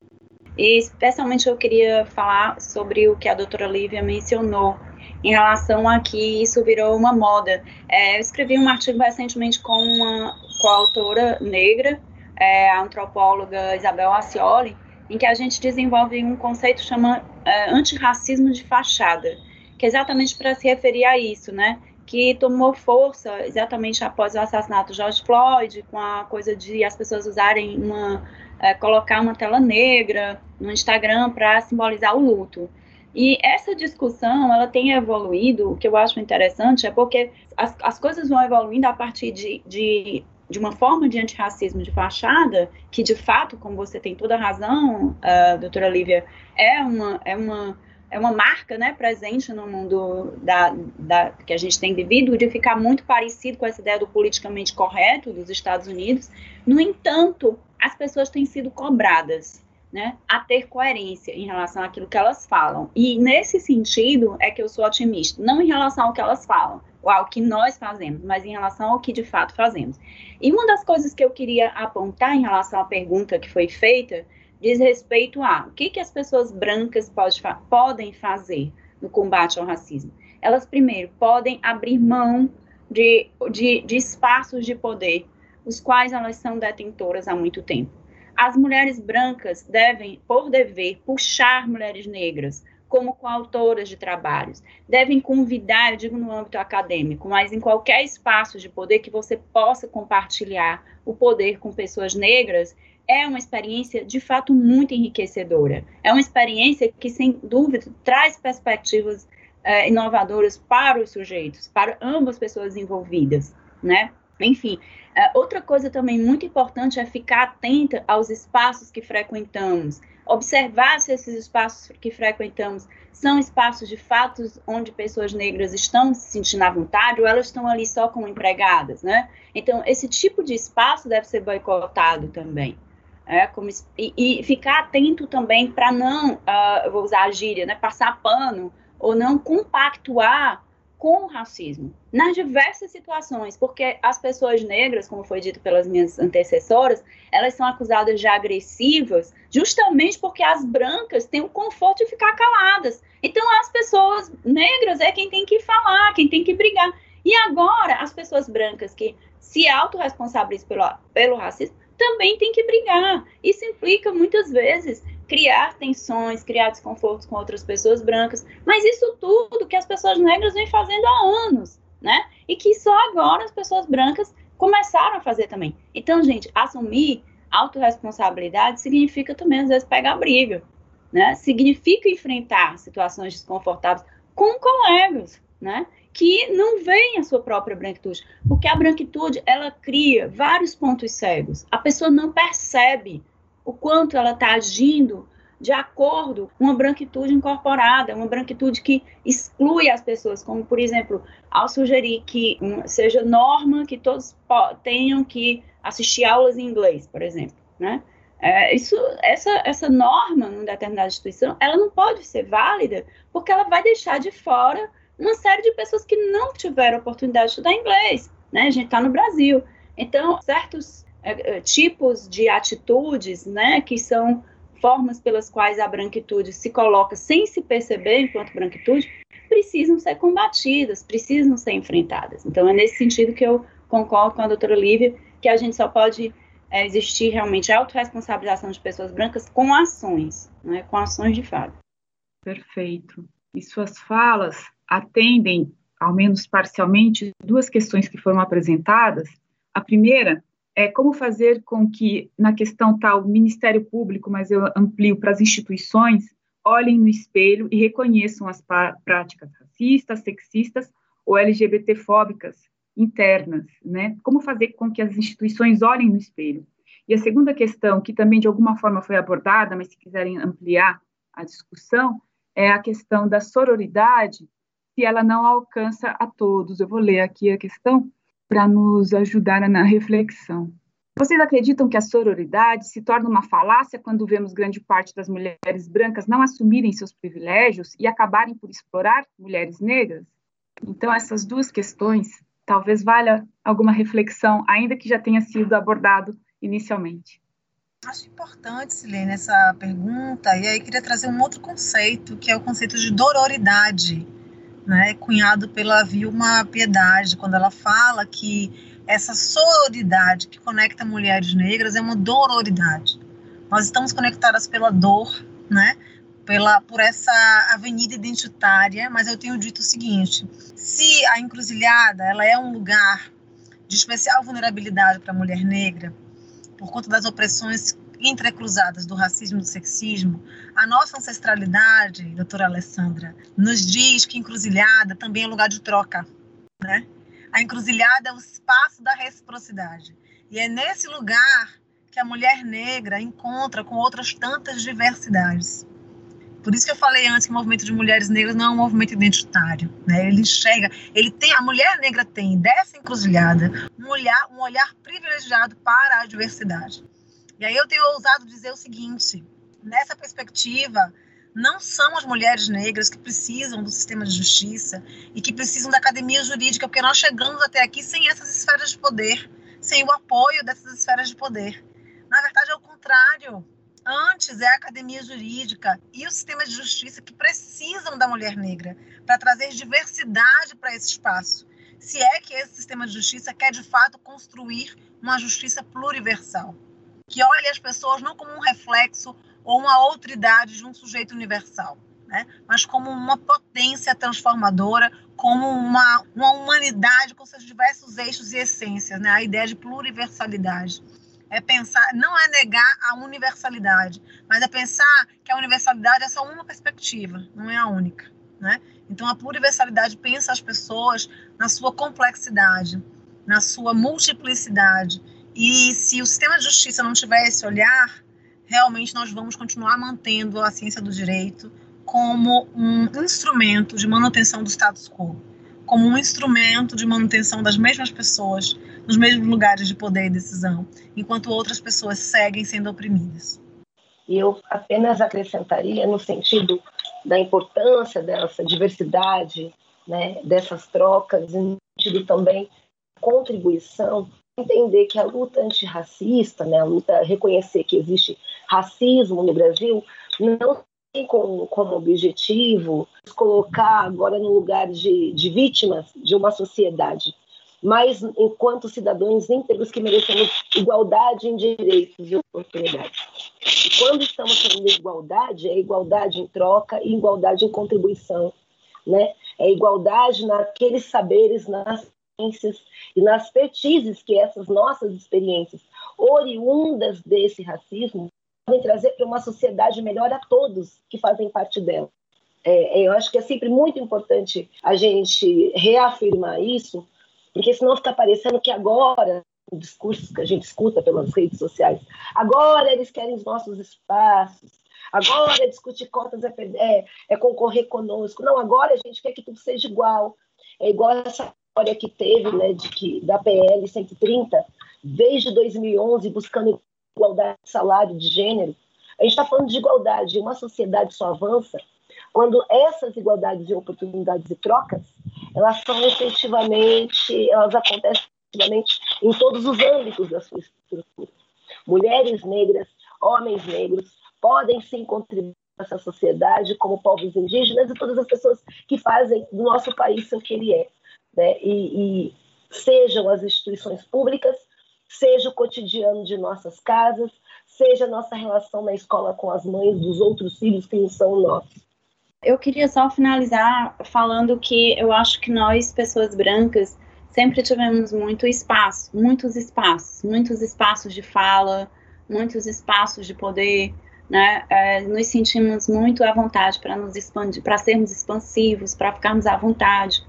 E, especialmente, eu queria falar sobre o que a doutora Lívia mencionou, em relação a que isso virou uma moda. É, eu escrevi um artigo recentemente com uma coautora negra, é, a antropóloga Isabel Ascioli, em que a gente desenvolve um conceito chamado é, antirracismo de fachada, que é exatamente para se referir a isso, né? Que tomou força exatamente após o assassinato de George Floyd, com a coisa de as pessoas usarem uma, é, colocar uma tela negra no Instagram para simbolizar o luto. E essa discussão, ela tem evoluído, o que eu acho interessante é porque as, as coisas vão evoluindo a partir de, de, de uma forma de antirracismo de fachada, que de fato, como você tem toda a razão, uh, doutora Lívia, é uma, é uma, é uma marca, né, presente no mundo da, da, que a gente tem vivido, de ficar muito parecido com essa ideia do politicamente correto dos Estados Unidos. No entanto, as pessoas têm sido cobradas né, a ter coerência em relação àquilo que elas falam. E nesse sentido é que eu sou otimista, não em relação ao que elas falam, ou ao que nós fazemos, mas em relação ao que de fato fazemos. E uma das coisas que eu queria apontar em relação à pergunta que foi feita diz respeito a o que, que as pessoas brancas pode, podem fazer no combate ao racismo. Elas, primeiro, podem abrir mão de, de, de espaços de poder, os quais elas são detentoras há muito tempo. As mulheres brancas devem, por dever, puxar mulheres negras como coautoras de trabalhos. Devem convidar, eu digo no âmbito acadêmico, mas em qualquer espaço de poder que você possa compartilhar o poder com pessoas negras, é uma experiência, de fato, muito enriquecedora. É uma experiência que, sem dúvida, traz perspectivas eh, inovadoras para os sujeitos, para ambas pessoas envolvidas, né? Enfim, uh, outra coisa também muito importante é ficar atenta aos espaços que frequentamos, observar se esses espaços que frequentamos são espaços de fato onde pessoas negras estão se sentindo à vontade ou elas estão ali só como empregadas, né? Então, esse tipo de espaço deve ser boicotado também. É, como, e, e ficar atento também para não, uh, vou usar a gíria, né, passar pano ou não compactuar com o racismo, nas diversas situações, porque as pessoas negras, como foi dito pelas minhas antecessoras, elas são acusadas de agressivas justamente porque as brancas têm o conforto de ficar caladas. Então, as pessoas negras é quem tem que falar, quem tem que brigar. E agora, as pessoas brancas que se autorresponsabilizam pelo, pelo racismo também têm que brigar. Isso implica, muitas vezes, criar tensões, criar desconfortos com outras pessoas brancas, mas isso tudo que as pessoas negras vêm fazendo há anos, né? E que só agora as pessoas brancas começaram a fazer também. Então, gente, assumir autorresponsabilidade significa também, às vezes, pegar briga, né? Significa enfrentar situações desconfortáveis com colegas, né? Que não veem a sua própria branquitude, porque a branquitude, ela cria vários pontos cegos. A pessoa não percebe o quanto ela está agindo de acordo com uma branquitude incorporada, uma branquitude que exclui as pessoas, como, por exemplo, ao sugerir que um, seja norma que todos tenham que assistir aulas em inglês, por exemplo, né? É, isso, essa, essa norma, numa determinada instituição, ela não pode ser válida, porque ela vai deixar de fora uma série de pessoas que não tiveram oportunidade de estudar inglês, né? A gente está no Brasil. Então, certos é, tipos de atitudes, né, que são formas pelas quais a branquitude se coloca sem se perceber enquanto branquitude, precisam ser combatidas, precisam ser enfrentadas. Então, é nesse sentido que eu concordo com a doutora Lívia, que a gente só pode é, existir realmente a autorresponsabilização de pessoas brancas com ações, né, com ações de fato. Perfeito. E suas falas atendem, ao menos parcialmente, duas questões que foram apresentadas. A primeira é como fazer com que, na questão tal, o Ministério Público, mas eu amplio para as instituições, olhem no espelho e reconheçam as práticas racistas, sexistas ou L G B T-fóbicas internas, né? Como fazer com que as instituições olhem no espelho? E a segunda questão, que também de alguma forma foi abordada, mas se quiserem ampliar a discussão, é a questão da sororidade, se ela não alcança a todos. Eu vou ler aqui a questão para nos ajudar na reflexão. Vocês acreditam que a sororidade se torna uma falácia quando vemos grande parte das mulheres brancas não assumirem seus privilégios e acabarem por explorar mulheres negras? Então, essas duas questões talvez valha alguma reflexão, ainda que já tenha sido abordado inicialmente. Acho importante, Silene, essa pergunta, e aí queria trazer um outro conceito, que é o conceito de dororidade, né, cunhado pela Vilma Piedade, quando ela fala que essa sororidade que conecta mulheres negras é uma dororidade. Nós estamos conectadas pela dor, né, pela, por essa avenida identitária, mas eu tenho dito o seguinte: se a encruzilhada ela é um lugar de especial vulnerabilidade para a mulher negra, por conta das opressões entrecruzadas do racismo e do sexismo, a nossa ancestralidade, doutora Alessandra, nos diz que encruzilhada também é lugar de troca, né? A encruzilhada é o espaço da reciprocidade. E é nesse lugar que a mulher negra encontra com outras tantas diversidades. Por isso que eu falei antes que o movimento de mulheres negras não é um movimento identitário, né? Ele enxerga, ele tem, a mulher negra tem dessa encruzilhada um olhar, um olhar privilegiado para a diversidade. E aí eu tenho ousado dizer o seguinte: Nessa perspectiva, não são as mulheres negras que precisam do sistema de justiça e que precisam da academia jurídica, porque nós chegamos até aqui sem essas esferas de poder, sem o apoio dessas esferas de poder. Na verdade, é o contrário. Antes é a academia jurídica e o sistema de justiça que precisam da mulher negra para trazer diversidade para esse espaço. Se é que esse sistema de justiça quer, de fato, construir uma justiça pluriversal, que olhe as pessoas não como um reflexo ou uma outridade de um sujeito universal, né? Mas como uma potência transformadora, como uma, uma humanidade com seus diversos eixos e essências, né? A ideia de pluriversalidade. É pensar, não é negar a universalidade, mas é pensar que a universalidade é só uma perspectiva, não é a única, né? Então, a pluriversalidade pensa as pessoas na sua complexidade, na sua multiplicidade. E se o sistema de justiça não tiver esse olhar, realmente nós vamos continuar mantendo a ciência do direito como um instrumento de manutenção do status quo, como um instrumento de manutenção das mesmas pessoas nos mesmos lugares de poder e decisão, enquanto outras pessoas seguem sendo oprimidas. E eu apenas acrescentaria no sentido da importância dessa diversidade, né, dessas trocas, no sentido também de contribuição, entender que a luta antirracista, né, a luta reconhecer que existe racismo no Brasil, não tem como, como objetivo colocar agora no lugar de, de vítimas de uma sociedade, mas enquanto cidadãos íntegros que merecemos igualdade em direitos e oportunidades. E quando estamos falando de igualdade, é igualdade em troca e igualdade em contribuição, né? É igualdade naqueles saberes, nas ciências e nas expertises que essas nossas experiências oriundas desse racismo podem trazer para uma sociedade melhor a todos que fazem parte dela. É, eu acho que é sempre muito importante a gente reafirmar isso, porque senão fica parecendo que agora, o discurso que a gente escuta pelas redes sociais, agora eles querem os nossos espaços, agora discutir cotas é, é, é concorrer conosco. Não, agora a gente quer que tudo seja igual. É igual essa história que teve, né, de que, da P L cento e trinta, desde dois mil e onze, buscando igualdade de salário, de gênero. A gente está falando de igualdade, uma sociedade só avança quando essas igualdades de oportunidades e trocas, elas são efetivamente, elas acontecem efetivamente em todos os âmbitos da sua estrutura. Mulheres negras, homens negros, podem sim contribuir para essa sociedade, como povos indígenas e todas as pessoas que fazem do nosso país ser o que ele é, né? E, e sejam as instituições públicas, seja o cotidiano de nossas casas, seja a nossa relação na escola com as mães dos outros filhos que não são nossos. Eu queria só finalizar falando que eu acho que nós, pessoas brancas, sempre tivemos muito espaço, muitos espaços, muitos espaços de fala, muitos espaços de poder, né? É, nos sentimos muito à vontade para nos expandir, para sermos expansivos, para ficarmos à vontade.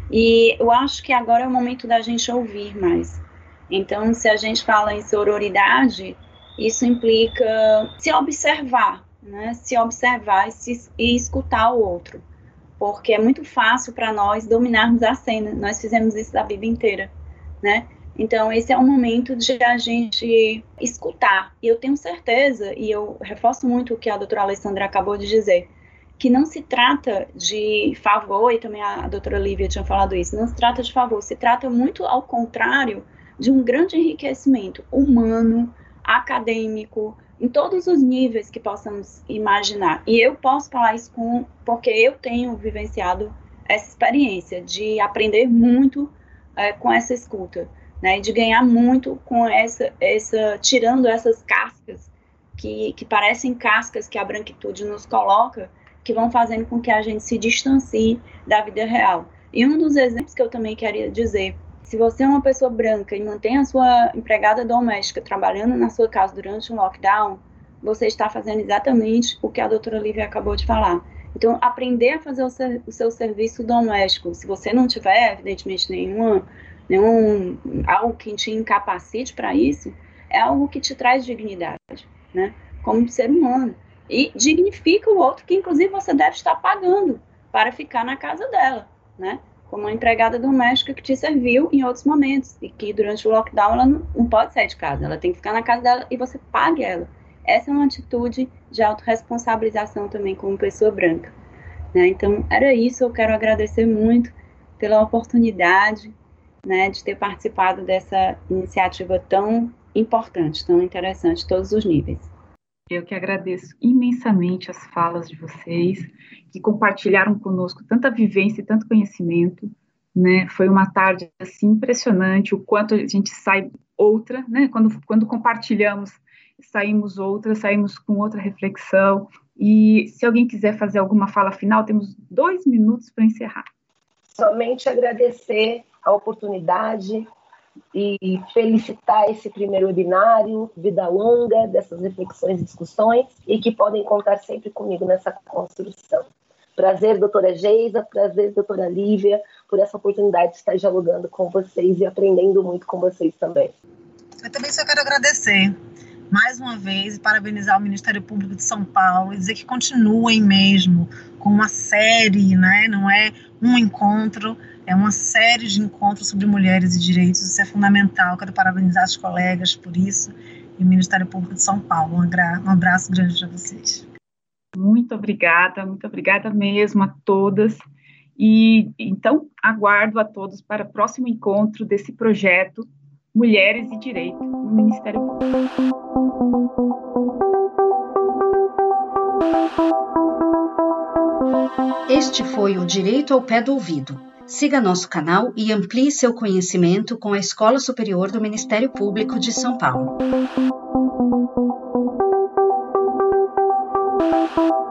E eu acho que agora é o momento da gente ouvir mais. Então, se a gente fala em sororidade, isso implica se observar, né? Se observar e, se, e escutar o outro. Porque é muito fácil para nós dominarmos a cena. Nós fizemos isso a vida inteira, né? Então, esse é o momento de a gente escutar. E eu tenho certeza, e eu reforço muito o que a doutora Alessandra acabou de dizer, que não se trata de favor, e também a doutora Lívia tinha falado isso, não se trata de favor, se trata muito ao contrário de um grande enriquecimento humano, acadêmico, em todos os níveis que possamos imaginar. E eu posso falar isso com, porque eu tenho vivenciado essa experiência de aprender muito é, com essa escuta, né, de ganhar muito com essa, essa tirando essas cascas, que, que parecem cascas que a branquitude nos coloca, que vão fazendo com que a gente se distancie da vida real. E um dos exemplos que eu também queria dizer, se você é uma pessoa branca e mantém a sua empregada doméstica trabalhando na sua casa durante um lockdown, você está fazendo exatamente o que a doutora Lívia acabou de falar. Então, aprender a fazer o, ser, o seu serviço doméstico, se você não tiver, evidentemente, nenhuma, nenhum, algo que te incapacite para isso, é algo que te traz dignidade, né, como ser humano. E dignifica o outro, que inclusive você deve estar pagando para ficar na casa dela, né? Como uma empregada doméstica que te serviu em outros momentos, e que durante o lockdown ela não, não pode sair de casa, ela tem que ficar na casa dela e você paga ela. essa é uma atitude de autorresponsabilização também como pessoa branca, né? Então, era isso, eu quero agradecer muito pela oportunidade, né, de ter participado dessa iniciativa tão importante, tão interessante, em todos os níveis. Eu que agradeço imensamente as falas de vocês, que compartilharam conosco tanta vivência e tanto conhecimento, né? Foi uma tarde assim impressionante, o quanto a gente sai outra, né? Quando, quando compartilhamos, saímos outra, saímos com outra reflexão. E se alguém quiser fazer alguma fala final, temos dois minutos para encerrar. Somente agradecer a oportunidade e felicitar esse primeiro webinário, vida longa, dessas reflexões e discussões, e que podem contar sempre comigo nessa construção. Prazer, doutora Geisa, prazer, doutora Lívia, por essa oportunidade de estar dialogando com vocês e aprendendo muito com vocês também. Eu também só quero agradecer mais uma vez e parabenizar o Ministério Público de São Paulo e dizer que continuem mesmo com uma série, né? Não é um encontro, é uma série de encontros sobre mulheres e direitos. Isso é fundamental. Quero parabenizar os colegas por isso e o Ministério Público de São Paulo. Um, agra- um abraço grande para vocês. Muito obrigada, muito obrigada mesmo a todas. E então aguardo a todos para o próximo encontro desse projeto Mulheres e Direito no Ministério Público. Este foi o Direito ao Pé do Ouvido. Siga nosso canal e amplie seu conhecimento com a Escola Superior do Ministério Público de São Paulo.